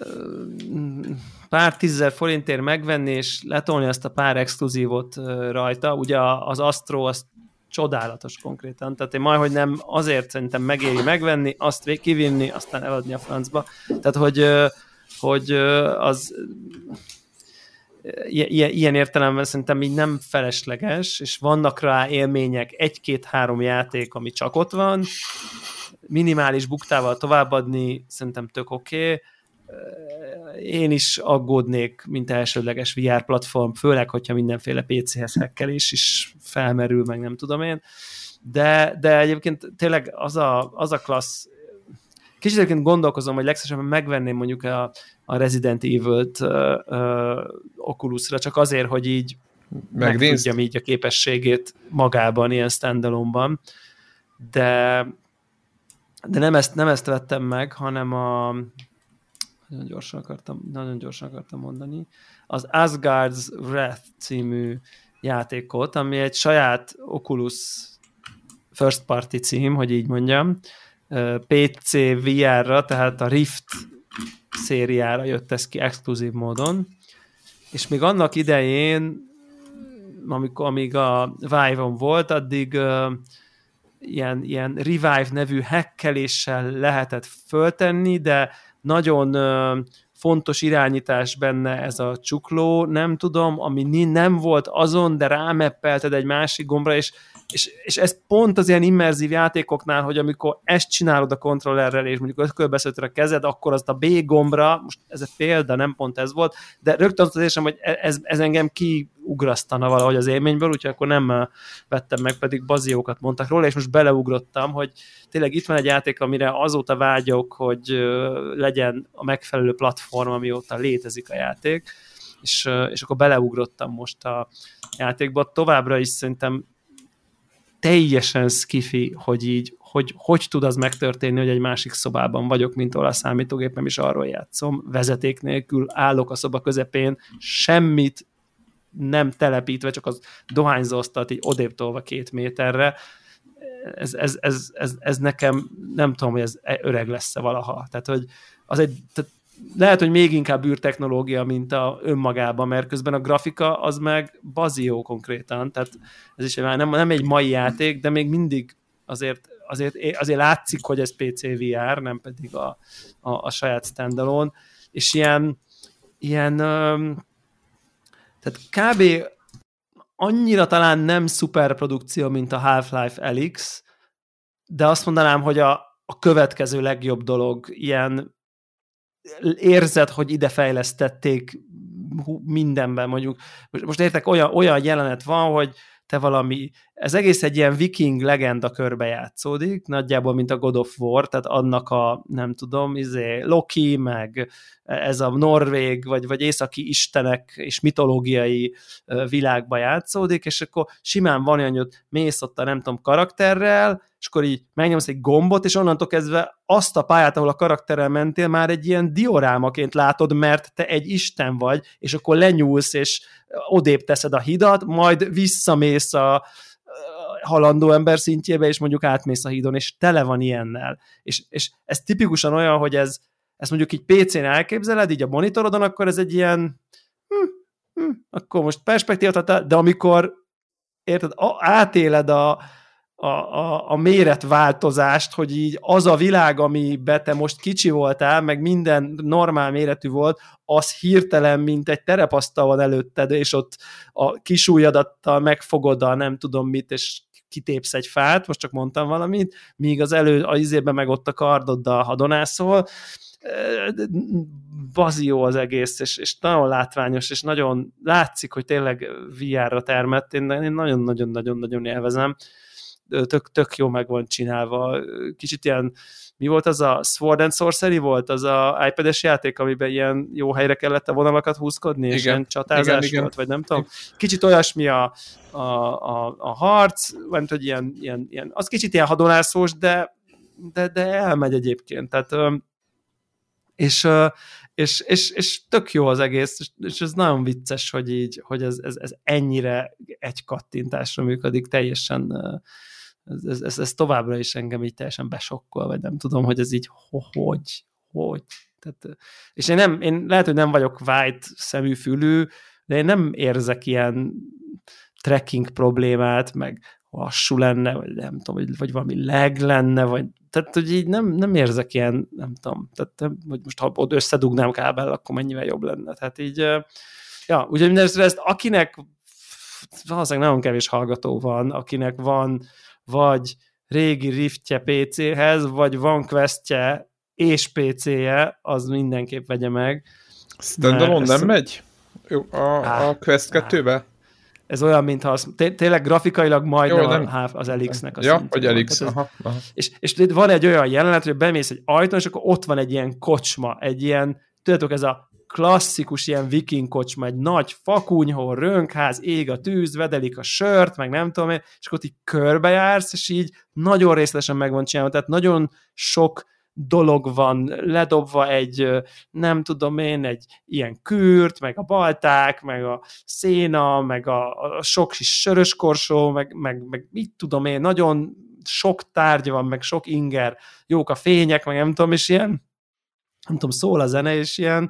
pár tízezer forintért megvenni, és letolni azt a pár exkluzívot rajta. Ugye az Astro, az csodálatos konkrétan. Tehát én majdhogy nem azért szerintem megéri megvenni, azt kivinni, aztán eladni a francba. Tehát, hogy, hogy az ilyen, ilyen értelemben szerintem így nem felesleges, és vannak rá élmények, egy-két-három játék, ami csak ott van, minimális buktával továbbadni, szerintem tök oké. Okay. Én is aggódnék, mint elsődleges vé er platform, főleg, hogyha mindenféle pé céhez hackelés is felmerül, meg nem tudom én. De, de egyébként tényleg az a, az a klassz, kicsit egyébként gondolkozom, hogy legszívesebben megvenném mondjuk a, a Resident Evil-t uh, uh, Oculusra, csak azért, hogy így megtudjam így a képességét magában, ilyen standalone-ban. De, de nem, ezt, nem ezt vettem meg, hanem a nagyon gyorsan akartam, nagyon gyorsan akartam mondani, az Asgard's Wrath című játékot, ami egy saját Oculus first party cím, hogy így mondjam, pé cé vé er-ra, tehát a Rift szériára jött ez ki exkluzív módon, és még annak idején, amikor, amíg a Vive-on volt, addig uh, ilyen, ilyen Revive nevű hackeléssel lehetett föltenni, de nagyon uh, fontos irányítás benne ez a csukló, nem tudom, ami nem volt azon, de rámeppelted egy másik gombra, és, és, és ez pont az ilyen immerzív játékoknál, hogy amikor ezt csinálod a kontrollerrel, és mondjuk ötkölbeszölted a kezed, akkor azt a B gombra, most ez a példa, nem pont ez volt, de rögtön az érzem, hogy ez, ez engem kiugrasztana valahogy az élményből, úgyhogy akkor nem vettem meg, pedig baziókat mondtak róla, és most beleugrottam, hogy tényleg itt van egy játék, amire azóta vágyok, hogy legyen a megfelelő platform, amióta létezik a játék, és, és akkor beleugrottam most a játékba. Továbbra is szerintem teljesen skifi, hogy így, hogy, hogy tud az megtörténni, hogy egy másik szobában vagyok, mint ahol a számítógépem, és arról játszom, vezeték nélkül, állok a szoba közepén, semmit nem telepítve, csak az dohányzó asztalt így odébb tolva két méterre. ez, ez, ez, ez, ez nekem nem tudom, hogy ez öreg lesz-e valaha. Tehát, hogy az egy, tehát lehet, hogy még inkább űrtechnológia, mint a önmagában, mert közben a grafika az meg bazió konkrétan, tehát ez is nem, nem egy mai játék, de még mindig azért, azért, azért látszik, hogy ez pé cé vé er, nem pedig a, a, a saját standalone, és ilyen, ilyen tehát kb. Annyira talán nem szuperprodukció, mint a Half-Life Alyx, de azt mondanám, hogy a, a következő legjobb dolog, ilyen érzed, hogy ide fejlesztették mindenben, mondjuk. Most értek, olyan, olyan jelenet van, hogy te valami, ez egész egy ilyen viking legenda körbe játszódik, nagyjából, mint a God of War, tehát annak a, nem tudom, izé, Loki, meg ez a norvég, vagy, vagy északi istenek és mitológiai világba játszódik, és akkor simán van olyan, hogy mész ott a, nem tudom, karakterrel, és akkor így megnyomsz egy gombot, és onnantól kezdve azt a pályát, ahol a karakterrel mentél, már egy ilyen diorámaként látod, mert te egy isten vagy, és akkor lenyúlsz, és odébb teszed a hidat, majd visszamész a halandó ember szintjébe, és mondjuk átmész a hídon, és tele van ilyennel. És, és ez tipikusan olyan, hogy ez, ezt mondjuk így pé cén elképzeled, így a monitorodon, akkor ez egy ilyen hm, hm, akkor most perspektívat, de amikor érted, átéled a A, a, a méretváltozást, hogy így az a világ, amiben te most kicsi voltál, meg minden normál méretű volt, az hirtelen, mint egy terepasztal van előtted, és ott a kis ujjadattal megfogod a nem tudom mit, és kitépsz egy fát, most csak mondtam valamit, míg az elő, az izében meg ott a kardoddal hadonászol. Bazió az egész, és, és nagyon látványos, és nagyon látszik, hogy tényleg vé er-ra termett. Én nagyon-nagyon-nagyon-nagyon élvezem. Tök, tök jó meg van csinálva. Kicsit ilyen, mi volt az a Sword and Sorcery volt, az a iPad-es játék, amiben ilyen jó helyre kellett a vonalakat húzkodni, igen, és ilyen csatázás igen, volt, igen. Vagy nem tudom. Kicsit olyasmi a, a, a, a harc, vagy hogy ilyen, ilyen, ilyen, az kicsit ilyen hadonászós, de, de, de elmegy egyébként. Tehát, és, és, és, és tök jó az egész, és, és ez nagyon vicces, hogy így, hogy ez, ez, ez ennyire egy kattintásra működik, teljesen Ez, ez, ez továbbra is engem így teljesen besokkol, vagy nem tudom, hogy ez így hogy, hogy. Tehát, és én, nem, én lehet, hogy nem vagyok white szemű fülű, de én nem érzek ilyen tracking problémát, meg lassú lenne, vagy nem tudom, vagy, vagy valami lag lenne, vagy tehát, hogy így nem, nem érzek ilyen, nem tudom, tehát, hogy most ha ott összedugnám kábel, akkor mennyivel jobb lenne. Tehát így, ja, úgyhogy mindenesetre ezt akinek valószínűleg nagyon kevés hallgató van, akinek van vagy régi Riftje pé céhez, vagy van Questje és pé céje, az mindenképp vegye meg.
Standalone nem megy? A, á, a Quest kettőbe?
Ez olyan, mintha az, té- tényleg grafikailag majdnem Jó, az Elixnek a
Ja, vagy Elix.
Ez,
aha, aha.
És, és van egy olyan jelenet, hogy bemész egy ajtón, és akkor ott van egy ilyen kocsma, egy ilyen, tudjátok, ez a klasszikus ilyen viking kocsma, egy nagy fakunyhó, rönkház, ég a tűz, vedelik a sört, meg nem tudom én, és akkor így körbejársz, és így nagyon részletesen meg van csinálva, tehát nagyon sok dolog van ledobva egy, nem tudom én, egy ilyen kürt, meg a balták, meg a széna, meg a, a sok kis söröskorsó, meg, meg, meg mit tudom én, nagyon sok tárgy van, meg sok inger, jók a fények, meg nem tudom, és ilyen, nem tudom, szól a zene, és ilyen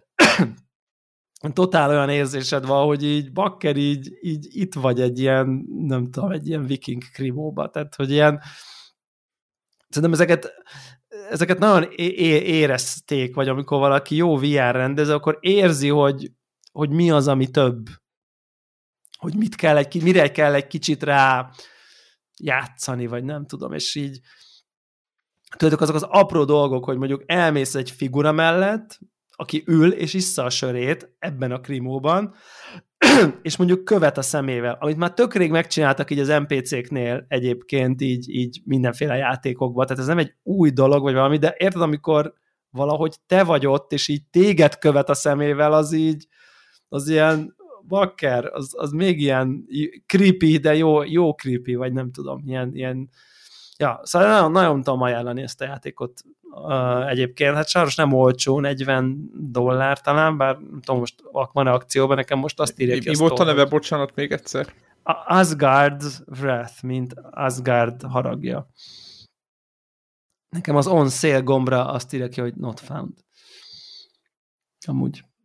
totál olyan érzésed van, hogy így bakker, így, így itt vagy egy ilyen, nem tudom, egy ilyen viking krimóba, tehát, hogy ilyen szerintem ezeket ezeket nagyon é- é- érezték, vagy amikor valaki jó vé er rendező, akkor érzi, hogy, hogy mi az, ami több. Hogy mit kell egy, mire kell egy kicsit rá játszani, vagy nem tudom, és így tudjátok, azok az apró dolgok, hogy mondjuk elmész egy figura mellett, aki ül és issza a sörét ebben a krimóban, és mondjuk követ a szemével, amit már tök rég megcsináltak így az en pé céknél egyébként így, így mindenféle játékokban, tehát ez nem egy új dolog, vagy valami, de érted, amikor valahogy te vagy ott, és így téged követ a szemével, az így, az ilyen bakker, az, az még ilyen creepy, de jó, jó creepy, vagy nem tudom, ilyen, ilyen ja, szóval nagyon, nagyon tudom ajánlani ezt a játékot uh, egyébként, hát sajnos nem olcsó, negyven dollár talán, bár nem tudom, most van-e akcióban, nekem most azt írják
mi,
ki.
Mi volt a neve, bocsánat, még egyszer?
Asgard's Wrath, mint Asgard haragja. Nekem az on sale gombra azt írja ki, hogy not found. Amúgy.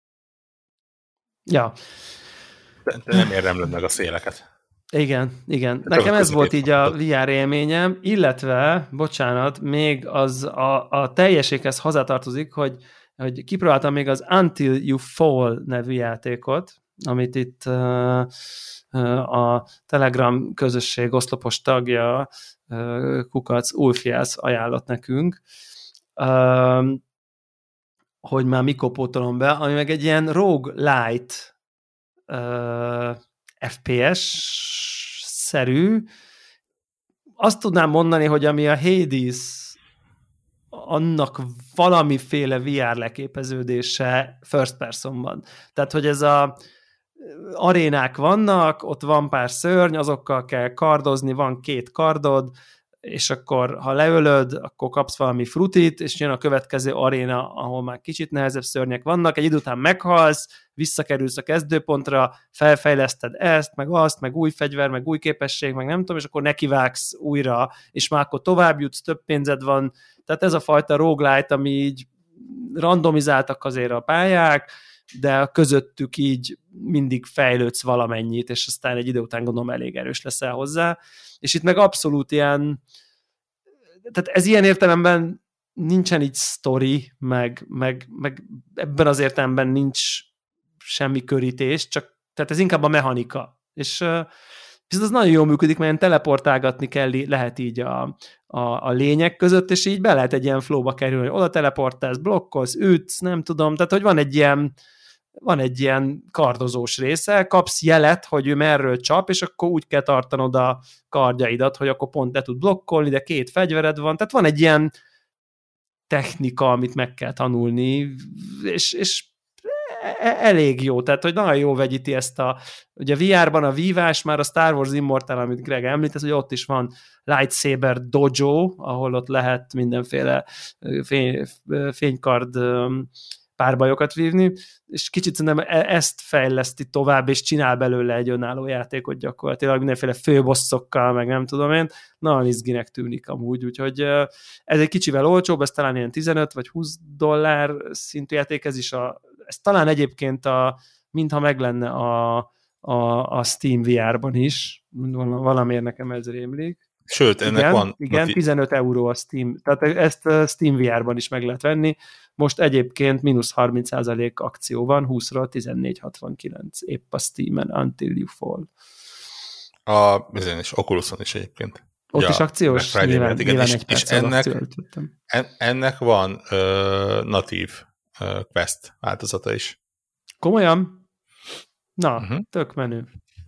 Ja.
De, de nem érdemled meg a széleket.
Igen, igen. Nekem ez volt így a vé er élményem, illetve, bocsánat, még az a, a teljeséghez hozzátartozik, hogy, hogy kipróbáltam még az Until You Fall nevű játékot, amit itt uh, uh, a Telegram közösség oszlopos tagja uh, Kukac Ulfiász ajánlott nekünk, uh, hogy már mikor pótolom be, ami meg egy ilyen roguelite uh, ef pé es-szerű. Azt tudnám mondani, hogy ami a Hades, annak valamiféle vé er leképeződése first personban. Tehát, hogy ez a arénák vannak, ott van pár szörny, azokkal kell kardozni, van két kardod, és akkor, ha leölöd, akkor kapsz valami frutit, és jön a következő aréna, ahol már kicsit nehezebb szörnyek vannak, egy idő után meghalsz, visszakerülsz a kezdőpontra, felfejleszted ezt, meg azt, meg új fegyver, meg új képesség, meg nem tudom, és akkor nekivágsz újra, és már akkor tovább jutsz, több pénzed van. Tehát ez a fajta roguelite, ami így randomizáltak azért a pályák, de közöttük így mindig fejlődsz valamennyit, és aztán egy idő után gondolom elég erős leszel hozzá. És itt meg abszolút ilyen, tehát ez ilyen értelemben nincsen így sztori, meg, meg, meg ebben az értelemben nincs semmi körítés, csak tehát ez inkább a mechanika. És uh, viszont az nagyon jól működik, mert teleportálgatni kell, lehet így a, a, a lények között, és így be lehet egy ilyen flowba kerülni. Oda teleportálsz, blokkolsz, ütsz, nem tudom, tehát hogy van egy ilyen van egy ilyen kardozós része, kapsz jelet, hogy ő merről csap, és akkor úgy kell tartanod a kardjaidat, hogy akkor pont le tud blokkolni, de két fegyvered van, tehát van egy ilyen technika, amit meg kell tanulni, és, és elég jó, tehát hogy nagyon jó vegyíti ezt a, ugye a vé er-ban a vívás, már a Star Wars Immortal, amit Greg említett, hogy ott is van Lightsaber Dojo, ahol ott lehet mindenféle fény, fénykard párbajokat vívni, és kicsit szerintem ezt fejleszti tovább, és csinál belőle egy önálló játékot gyakorlatilag, mindenféle főbosszokkal, meg nem tudom én, nagyon izginek tűnik amúgy, úgyhogy ez egy kicsivel olcsóbb, ez talán ilyen tizenöt vagy húsz dollár szintű játék, ez is a, ez talán egyébként a, mintha meg lenne a, a, a Steam vé er-ban is, valamiért nekem ez rémlik.
Sőt, ennek
igen,
van...
Igen, tizenöt euró a Steam, tehát ezt Steam vé er-ban is meg lehet venni. Most egyébként mínusz harminc százalék akció van, húszról tizennégy hatvankilenc épp a Steam-en, Until You Fall.
A bizony, és Oculuson is egyébként.
Ott
ja,
is akciós? Nyilván,
igen,
nyilván
és,
egy
és ennek, en, ennek van uh, natív uh, Quest változata is.
Komolyan? Na, uh-huh. Tök menő.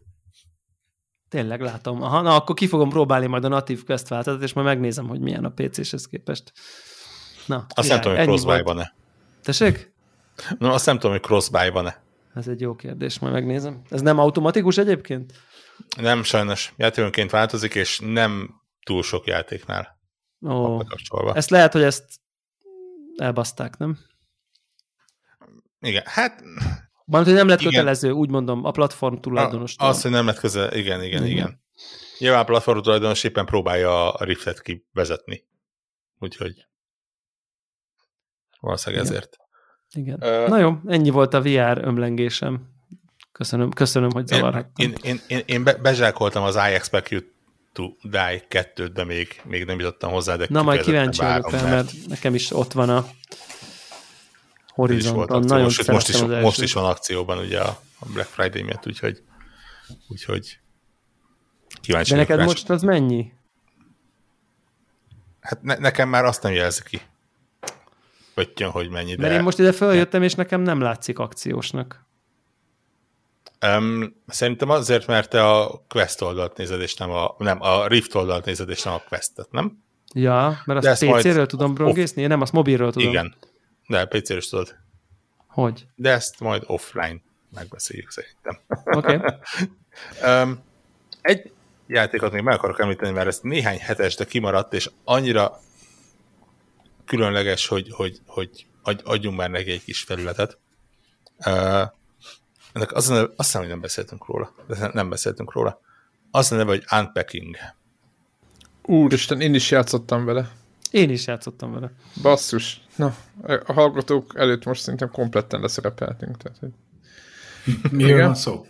Tényleg látom. Aha, na, akkor ki fogom próbálni majd a natív Quest változatot, és majd megnézem, hogy milyen a pé céshez képest. Na,
azt nem tudom, hogy crossbuy van-e.
Tessék?
No, azt nem tudom, hogy crossbuy van-e.
Ez egy jó kérdés, majd megnézem. Ez nem automatikus egyébként?
Nem, sajnos. Játékonként változik, és nem túl sok játéknál.
Ó, ezt lehet, hogy ezt elbaszták, nem?
Igen, hát...
Van, hogy nem lett igen. kötelező, úgy mondom, a platform tulajdonos.
A, az, hogy nem lett közel, igen, igen, igen. igen. Nyilván a platform tulajdonos éppen próbálja a Riftet kivezetni. Úgyhogy valószínűleg
igen.
ezért.
Igen. Uh, Na jó, ennyi volt a vé er ömlengésem. Köszönöm, köszönöm, hogy zavarhattam.
Én, én, én, én be, bezsákoltam az I Expect You to Die kettőt, de még, még nem jutottam hozzá, de
na majd kíváncsi vagyok rá, mert nekem is ott van a horizonton. Nagyon
most, most, is, most is van akcióban ugye a Black Friday miatt, úgyhogy, úgyhogy kíváncsi.
De neked rá. Most az mennyi?
Hát ne, nekem már azt nem jelzi ki. Pöttyön, hogy mennyi.
Mert de... én most ide feljöttem, és nekem nem látszik akciósnak.
Um, szerintem azért, mert te a Quest oldalt nézed, és nem a, nem, a Rift oldalt nézed, és nem a Questet, nem?
Ja, mert azt pé céről tudom brongészni, én nem, azt mobilról tudom.
Igen, de pé céről is tudod.
Hogy?
De ezt majd offline megbeszéljük szerintem.
Oké. Okay.
um, egy játékot még meg akarok említeni, mert ez néhány hetes, de kimaradt, és annyira különleges, hogy, hogy, hogy adjunk már neki egy kis felületet. Uh, ennek az a neve, azt hiszem, hogy nem beszéltünk róla. De nem beszéltünk róla. Az a neve, hogy Unpacking.
Úristen, én is játszottam vele.
Én is játszottam vele.
Basszus. Na, a hallgatók előtt most szerintem kompletten leszerepeltünk. Tehát, hogy...
Miről van szó?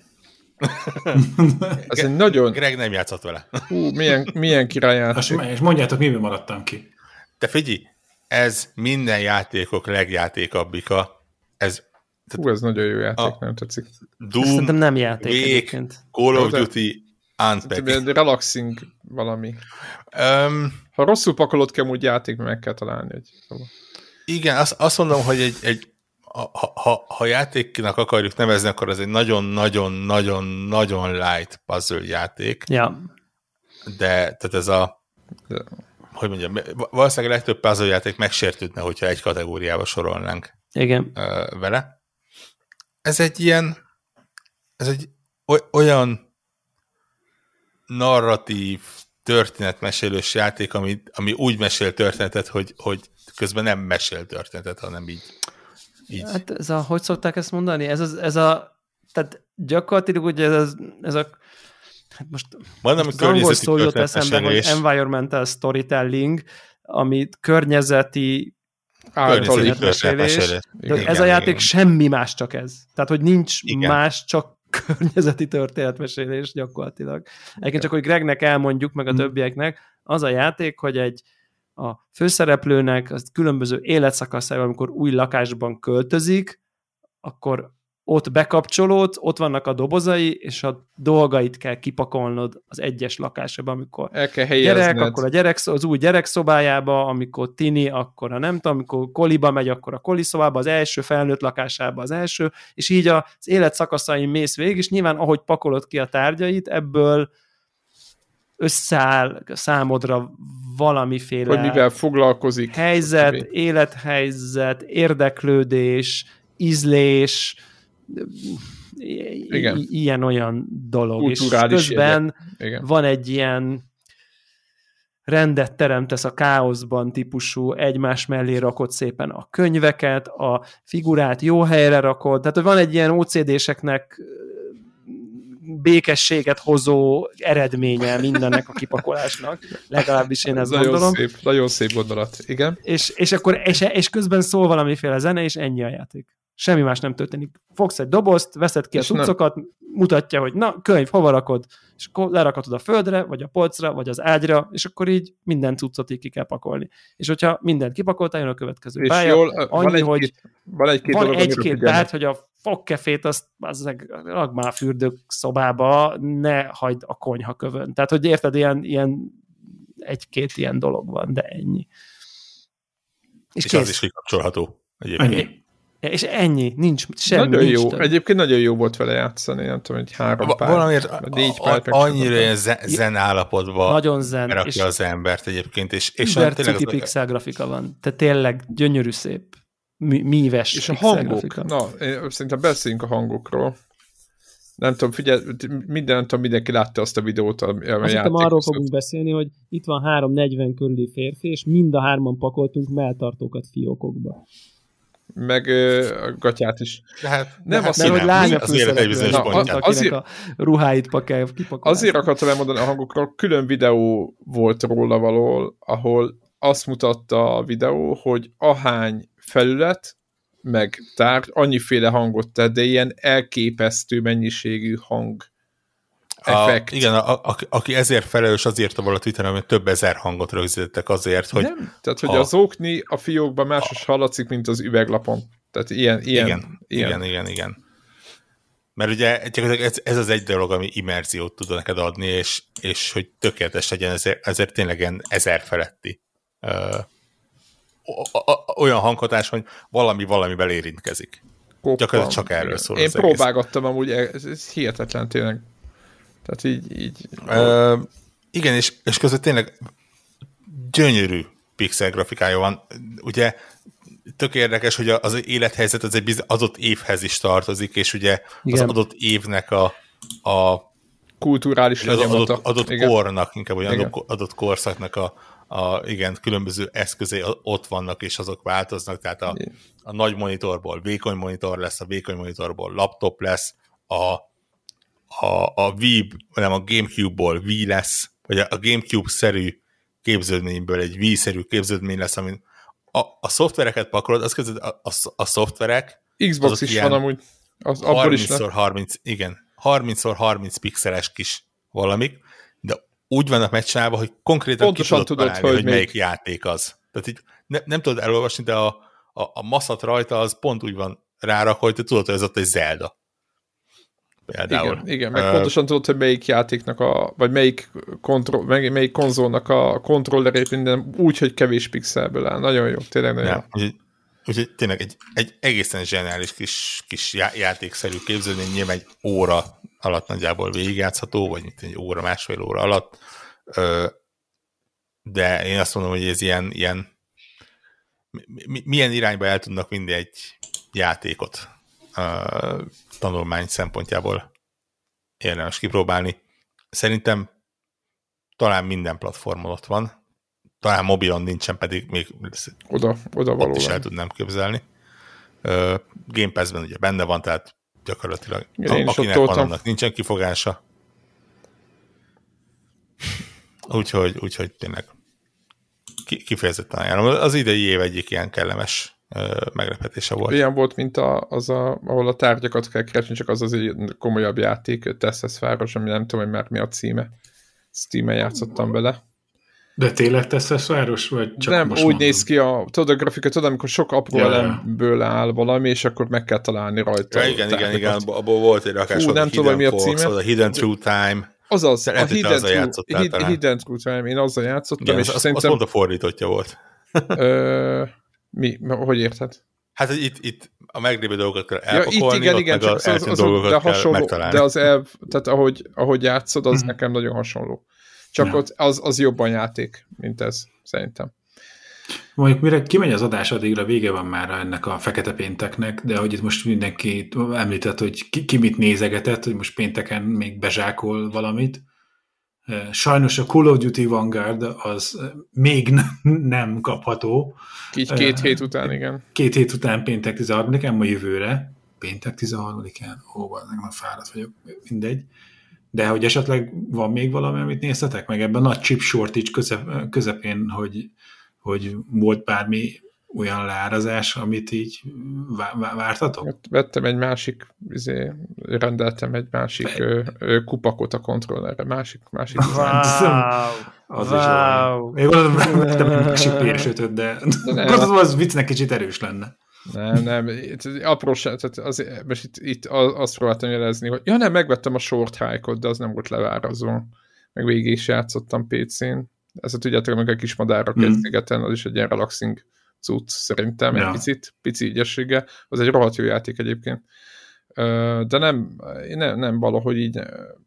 Ez egy nagyon...
Greg nem játszott vele.
Hú, milyen, milyen királyjáték.
És mondjátok, miből maradtam ki?
Te figyelj, ez minden játékok legjátékabbika. Ez
Hú, ez nagyon jó játék,
a
nem tetszik.
Doom,
Szerintem nem játék
Quake,
egyébként.
Call of
De-
Duty, Unpacking.
Relaxing valami.
Um,
Ha rosszul pakolod kell, úgy játék, meg kell találni. Hogy...
igen, azt, azt mondom, hogy egy, egy ha, ha, ha játéknak akarjuk nevezni, akkor ez egy nagyon-nagyon-nagyon-nagyon light puzzle játék,
Ja.
de tehát ez a
De...
hogy mondjam, valószínűleg a legtöbb puzzle játék megsértődne, hogyha egy kategóriába sorolnánk
Igen.
uh, vele. Ez egy ilyen ez egy oly, olyan narratív, történetmesélős játék, ami, ami úgy mesél történetet, hogy, hogy közben nem mesél történetet, hanem így. így.
Hát ez a, hogy szokták ezt mondani? Ez, az, ez a, tehát gyakorlatilag ugye ez, az, ez a, hát most,
Van,
most az angol szó jut eszembe, hogy environmental storytelling, amit környezeti
Általi.
történetmesélés. De igen, ez a játék igen. Semmi más, csak ez. Tehát, hogy nincs igen. más, csak környezeti történetmesélés gyakorlatilag. Egyébként csak, hogy Gregnek elmondjuk, meg a többieknek, az a játék, hogy egy a főszereplőnek az különböző életszakaszában, amikor új lakásban költözik, akkor ott bekapcsolódsz, ott vannak a dobozai, és a dolgait kell kipakolnod az egyes lakásban, amikor
el kell helyezned.
Gyerek, akkor a gyerek, az új gyerekszobájába, amikor tini, akkor a nem tudom, amikor koliba megy, akkor a koliszobába, az első felnőtt lakásába az első, és így az életszakaszain mész végig, és nyilván ahogy pakolod ki a tárgyait, ebből összeáll számodra valamiféle
hogy mivel foglalkozik.
helyzet, élethelyzet, érdeklődés, ízlés,
igen.
I- ilyen-olyan dolog.
Kulturális
és közben
igen.
van egy ilyen rendet teremtesz a káoszban típusú, egymás mellé rakod szépen a könyveket, a figurát jó helyre rakod, tehát van egy ilyen ó cé dé-seknek békességet hozó eredménye mindennek a kipakolásnak. Legalábbis én ezt
nagyon
gondolom.
Szép, nagyon szép gondolat, igen.
És, és akkor és, és közben szól valamiféle zene, és ennyi a játék. Semmi más nem történik. Fogsz egy dobozt, veszed ki és a cuccokat, nem. mutatja, hogy na, könyv, hova rakod? És akkor lerakatod a földre, vagy a polcra, vagy az ágyra, és akkor így minden cuccot így ki kell pakolni. És hogyha mindent kipakoltál, jön a következő
és
pálya.
Jól,
annyi,
van egy,
hogy
két, van egy-két,
van
dolog,
egy-két tárgy, hogy a fogkefét azt rak már a fürdők szobába, ne hagyd a konyha kövön. Tehát, hogy érted, ilyen, ilyen egy-két ilyen dolog van, de ennyi.
És, és az is kikapcsolható.
Ennyi.
És ennyi, nincs semmi.
Nagyon
nincs
jó.
több.
Egyébként nagyon jó volt vele játszani, nem tudom, hogy három
Va-
pár.
Valamiért
négy
a,
pár
a, annyira ilyen zen állapotban
nagyon zen,
rakja az embert egyébként. És, és
Uber
tényleg
cuki pixel grafika van. Tehát tényleg gyönyörű szép. Míves
és a hangok. Grafika. Na, én, szerintem beszéljünk a hangokról. Nem tudom, figyelj, minden, nem tudom, mindenki látta azt a videót, ami a
játék. Arról fogunk beszélni, hogy itt van három negyven körüli férfi, és mind a hárman pakoltunk melltartókat fiókokba.
Meg uh, a gatyát is.
De hát,
nem,
de
azt
mert hogy lány a
az élet egy bizonyos
Na,
pontját.
Azért, a ruháit kell kipakolni.
Azért akartam elmondani a hangokról, külön videó volt róla való, ahol azt mutatta a videó, hogy ahány felület, meg tárgy, annyiféle hangot tett, de ilyen elképesztő mennyiségű hang effekt.
A, igen, a, a, aki ezért felelős, azért a a Twitteren, hogy több ezer hangot rögzítettek azért, hogy...
Nem, tehát, hogy
a,
az okni a fiókban másos hallatszik, mint az üveglapon. Tehát ilyen, ilyen,
igen,
ilyen.
igen, igen, igen. Mert ugye ez, ez az egy dolog, ami immerziót tud neked adni, és, és hogy tökéletes legyen, ezért, ezért tényleg ilyen ezer feletti uh, olyan hanghatás, hogy valami valamivel érintkezik.
Koppan.
Gyakorlatilag csak erről szól.
Én próbálgattam amúgy, ez, ez hihetetlen tényleg. Tehát így... így
uh, igen, és, és között tényleg gyönyörű pixel grafikája van. Ugye tök érdekes, hogy az élethelyzet az egy adott évhez is tartozik, és ugye igen. az adott évnek a, a
kulturális
az adott, adott
igen.
kornak, inkább olyan adott, adott korszaknak a, a igen, különböző eszközei ott vannak, és azok változnak, tehát a, a nagy monitorból vékony monitor lesz, a vékony monitorból laptop lesz, a, a, a Wii, nem a Gamecube-ból Wii lesz, vagy a Gamecube-szerű képződményből egy Wii-szerű képződmény lesz, amin a, a szoftvereket pakolod, az között a, a, a szoftverek
Xbox is van amúgy. Az, abból is
harminc, igen, harminc harminc pixeles kis valamik, de úgy vannak megcsinálva, hogy konkrétan
pontosan
ki tudod,
tudod,
találni, hogy, hogy melyik
még...
játék az. Tehát így ne, nem tudod elolvasni, de a, a, a maszat rajta az pont úgy van rárakva, hogy te tudod, hogy ez ott egy Zelda. Például.
Igen, igen, meg uh, pontosan tudod, hogy melyik játéknak a, vagy melyik, kontro, melyik, melyik konzolnak a kontrollerét minden úgy, hogy kevés pixelből áll. Nagyon jó, tényleg nagyon
ja, jó. Úgyhogy, úgyhogy tényleg egy, egy egészen zseniális kis, kis já, játékszerű képződmény, nyilván egy óra alatt nagyjából végigjátszható, vagy mint egy óra, másfél óra alatt. De én azt mondom, hogy ez ilyen, ilyen milyen irányba el tudnak vinni egy játékot tanulmány szempontjából érdemes kipróbálni. Szerintem talán minden platformon ott van. Talán mobilon nincsen, pedig még
oda, oda
ott is el tudnám képzelni. Game Pass-ben ugye benne van, tehát gyakorlatilag
igen,
akinek van, annak nincsen kifogása. Úgyhogy, úgyhogy tényleg kifejezetten ajánlom. Az idei év egyik ilyen kellemes meglepetése volt.
Ilyen volt, mint a, az, a, ahol a tárgyakat kell keresni, csak az az egy komolyabb játék, Teszesz város, ami nem tudom, hogy már mi a címe. Steam-en játszottam bele.
De tényleg Teszesz város? Vagy csak
nem,
most
úgy
mondom?
néz ki a, tudod, a grafika, tudod, amikor sok apró ja, elemből áll valami, és akkor meg kell találni rajta.
Ja, igen, igen, igen, abból volt egy rakás,
Fú, nem tudom, mi a címe.
A Hidden Through Time.
Azaz, a Hidden,
through,
hid, hidden Through Time, én azzal játszottam,
igen,
és
az,
szerintem...
Az pont a fordítottja volt.
ö, mi? Hogy érted?
Hát, hogy itt, itt a meglévő dolgokat kell elpakolni,
ja, itt igen, igen, csak az, az, az, dolgokat de hasonló, kell megtalálni. De az elv, tehát ahogy, ahogy játszod, az mm-hmm. nekem nagyon hasonló. Csak ja. ott az, az jobban játék, mint ez, szerintem.
Mondjuk mire kimegy az adás, addigra vége van már ennek a fekete pénteknek, de hogy itt most mindenki említett, hogy ki, ki mit nézegetett, hogy most pénteken még bezsákol valamit. Sajnos a Call of Duty Vanguard az még nem kapható.
Így két uh, hét után, igen.
Két hét után péntek tizenharmadikán, ma jövőre. Péntek tizenharmadikán? Ó, az nem fáradt vagyok, mindegy. De hogy esetleg van még valami, amit néztetek meg ebben a nagy chip shortage közep, közepén, hogy, hogy volt bármi olyan leárazás, amit így vártatok?
Vettem egy másik, izé, rendeltem egy másik ö, ö, kupakot a kontrollerre, másik, másik.
Wow,
az
wow.
Is még gondolom, vettem egy másik pé es ötöt, de, de gondolom, az viccnek kicsit erős lenne.
Nem, nem, apróság, tehát az, most itt, itt azt próbáltam jelezni, hogy ja nem, megvettem a Short Hike-ot, de az nem volt levárazva. Meg végig is játszottam pé cén. Ezt tudjátok, amikor a kis madárra mm. kezdégeten, az is egy ilyen relaxing cucc szerintem, ja. egy picit, pici ügyessége. Az egy rohadt jó játék egyébként. De nem, nem, nem valahogy így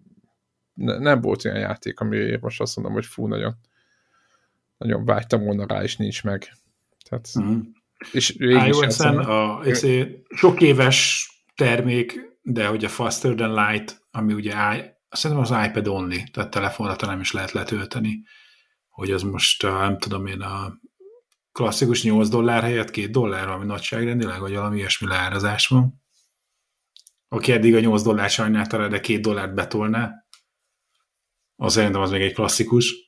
nem volt olyan játék, amire most azt mondom, hogy fú, nagyon nagyon vágytam volna rá, és nincs meg. Tehát
mm.
és
iOS-en a sok éves termék, de hogy a Faster Than Light, ami ugye szerintem az iPad only, tehát telefonra nem is lehet letölteni, hogy az most nem tudom én a klasszikus nyolc dollár helyett két dollár, ami nagyságrendileg, vagy valami ilyesmi leárazás van. Aki eddig a nyolc dollár sajnálta rá, de két dollárt betolná, az szerintem az még egy klasszikus.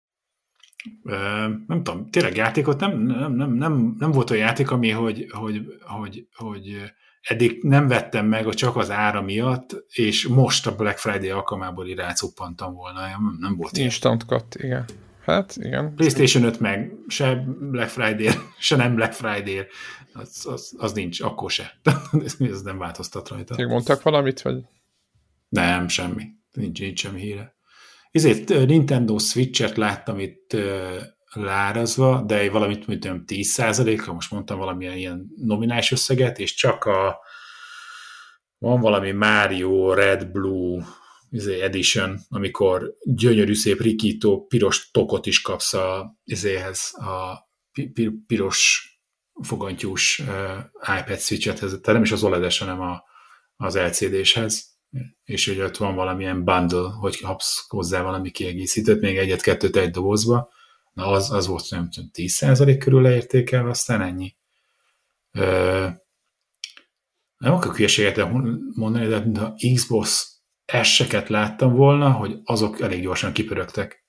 Nem tudom, tényleg játékot nem, nem, nem, nem, nem volt olyan játék, ami, hogy, hogy, hogy, hogy eddig nem vettem meg csak az ára miatt, és most a Black Friday alkalmából így rácuppantam volna. Nem, nem volt ilyen.
Instant cut, igen. Hát, igen.
PlayStation öt meg se Black Friday, se nem Black Friday, az, az, az nincs, akkor se. Ez nem változtat rajta.
Még mondtak valamit, vagy?
Nem, semmi. Nincs, nincs semmi híre. Ezért Nintendo Switch-et láttam itt uh, lárazva, de valamit mondtam tíz százalékra, most mondtam valamilyen ilyen nominális összeget, és csak a van valami Mario Red Blue Edition, amikor gyönyörű szép rikító piros tokot is kapsz a, izéhez, a piros fogantyús uh, iPad Switch-ethez, tehát nem is az o el é des, hanem a, az el cé déshez, és hogy ott van valamilyen bundle, hogy kapsz hozzá valami kiegészítőt, még egyet-kettőt egy dobozba, na az, az volt nem tudom, tíz százalék körül leértékelve, aztán ennyi. Ö, Nem akarok hülyeséget mondani, de, de ha Xbox S-eket láttam volna, hogy azok elég gyorsan kipörögtek.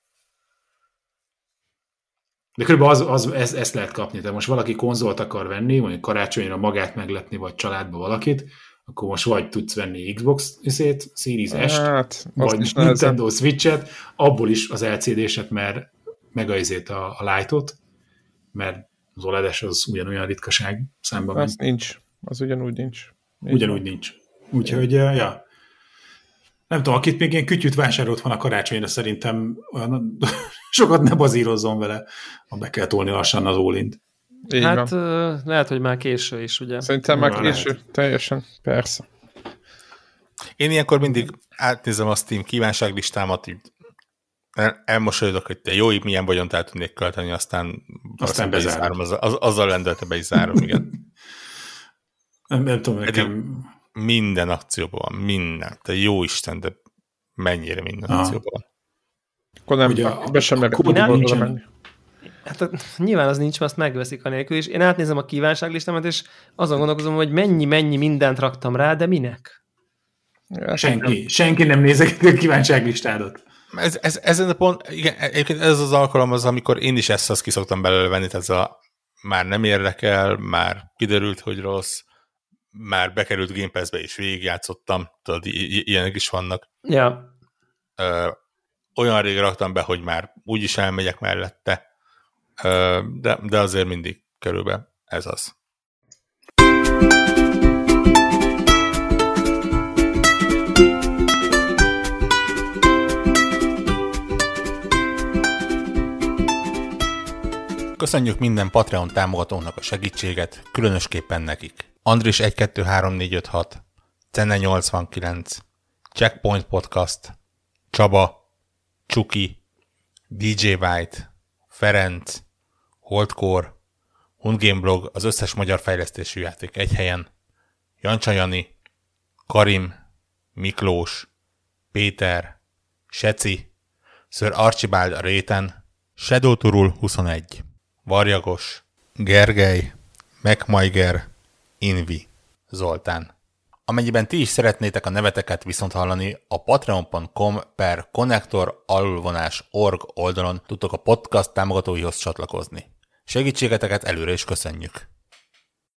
De körülbelül az, az, ez, ezt lehet kapni. Tehát most valaki konzolt akar venni, mondjuk karácsonyra magát meglepni, vagy családba valakit, akkor most vagy tudsz venni Xbox-ét, Series S-t,
hát,
vagy Nintendo Switch-et, abból is az el cé dé-set, mert meg a, a, a Lite-ot, mert az o el é des az ugyanolyan ritkaság számban.
Az nincs. Az ugyanúgy nincs.
Így ugyanúgy van. Nincs. Úgyhogy, ja. Nem tudom, akit még ilyen kütyűt vásárolt van a karácsonyra, szerintem olyan, sokat ne bazírozzon vele, ha be kell tolni lassan az All-int.
Hát van. Lehet, hogy már késő is, ugye?
Szerintem már késő, lehet. Teljesen, persze.
Én ilyenkor mindig átnézem a Steam kívánságlistámat, így el, elmosolyodok, hogy te jó, milyen vagyont el tudnék költeni, aztán,
aztán bezárom.
Az, az, azzal lendületbe be is zárom, igen.
nem, nem tudom, nekem...
Minden akcióban van, minden. Te jó Isten, de mennyire minden Aha. akcióban van.
Akkor nem, ugye, be sem merek menni.
Hát nyilván az nincs, mert azt megveszik anélkül is. Én átnézem a kívánságlistámat, és azon gondolkozom, hogy mennyi-mennyi mindent raktam rá, de minek?
Ja, senki. Nem. Senki nem nézek a kívánságlistádat.
Ez, ez, ezen a pont, igen, egyébként ez az alkalom az, amikor én is ezt azt ki szoktam belőle venni, ez a már nem érdekel, már kiderült, hogy rossz, már bekerült Game Pass-be és végigjátszottam, tudod, i- ilyenek is vannak.
Ja.
Ö, olyan rég raktam be, hogy már úgyis elmegyek mellette, Ö, de, de azért mindig körülbelül ez az. Köszönjük minden Patreon támogatónak a segítséget, különösképpen nekik. Andris egy kettő három négy öt hat, Cene nyolcvankilenc, Checkpoint Podcast, Csaba, Csuki, dé dzsé White, Ferenc, Holdcore, Hundgame Blog, az összes magyar fejlesztésű játék egy helyen, Jancsa Jani, Karim, Miklós, Péter, Seci, Sir Archibald a réten, Shadow Turul huszonegy, Varjagos, Gergely, MacMaiger, Invi, Zoltán. Amennyiben ti is szeretnétek a neveteket viszont hallani, a patreon pont com per connector alulvonás org oldalon tudtok a podcast támogatóihoz csatlakozni. Segítségeteket előre is köszönjük!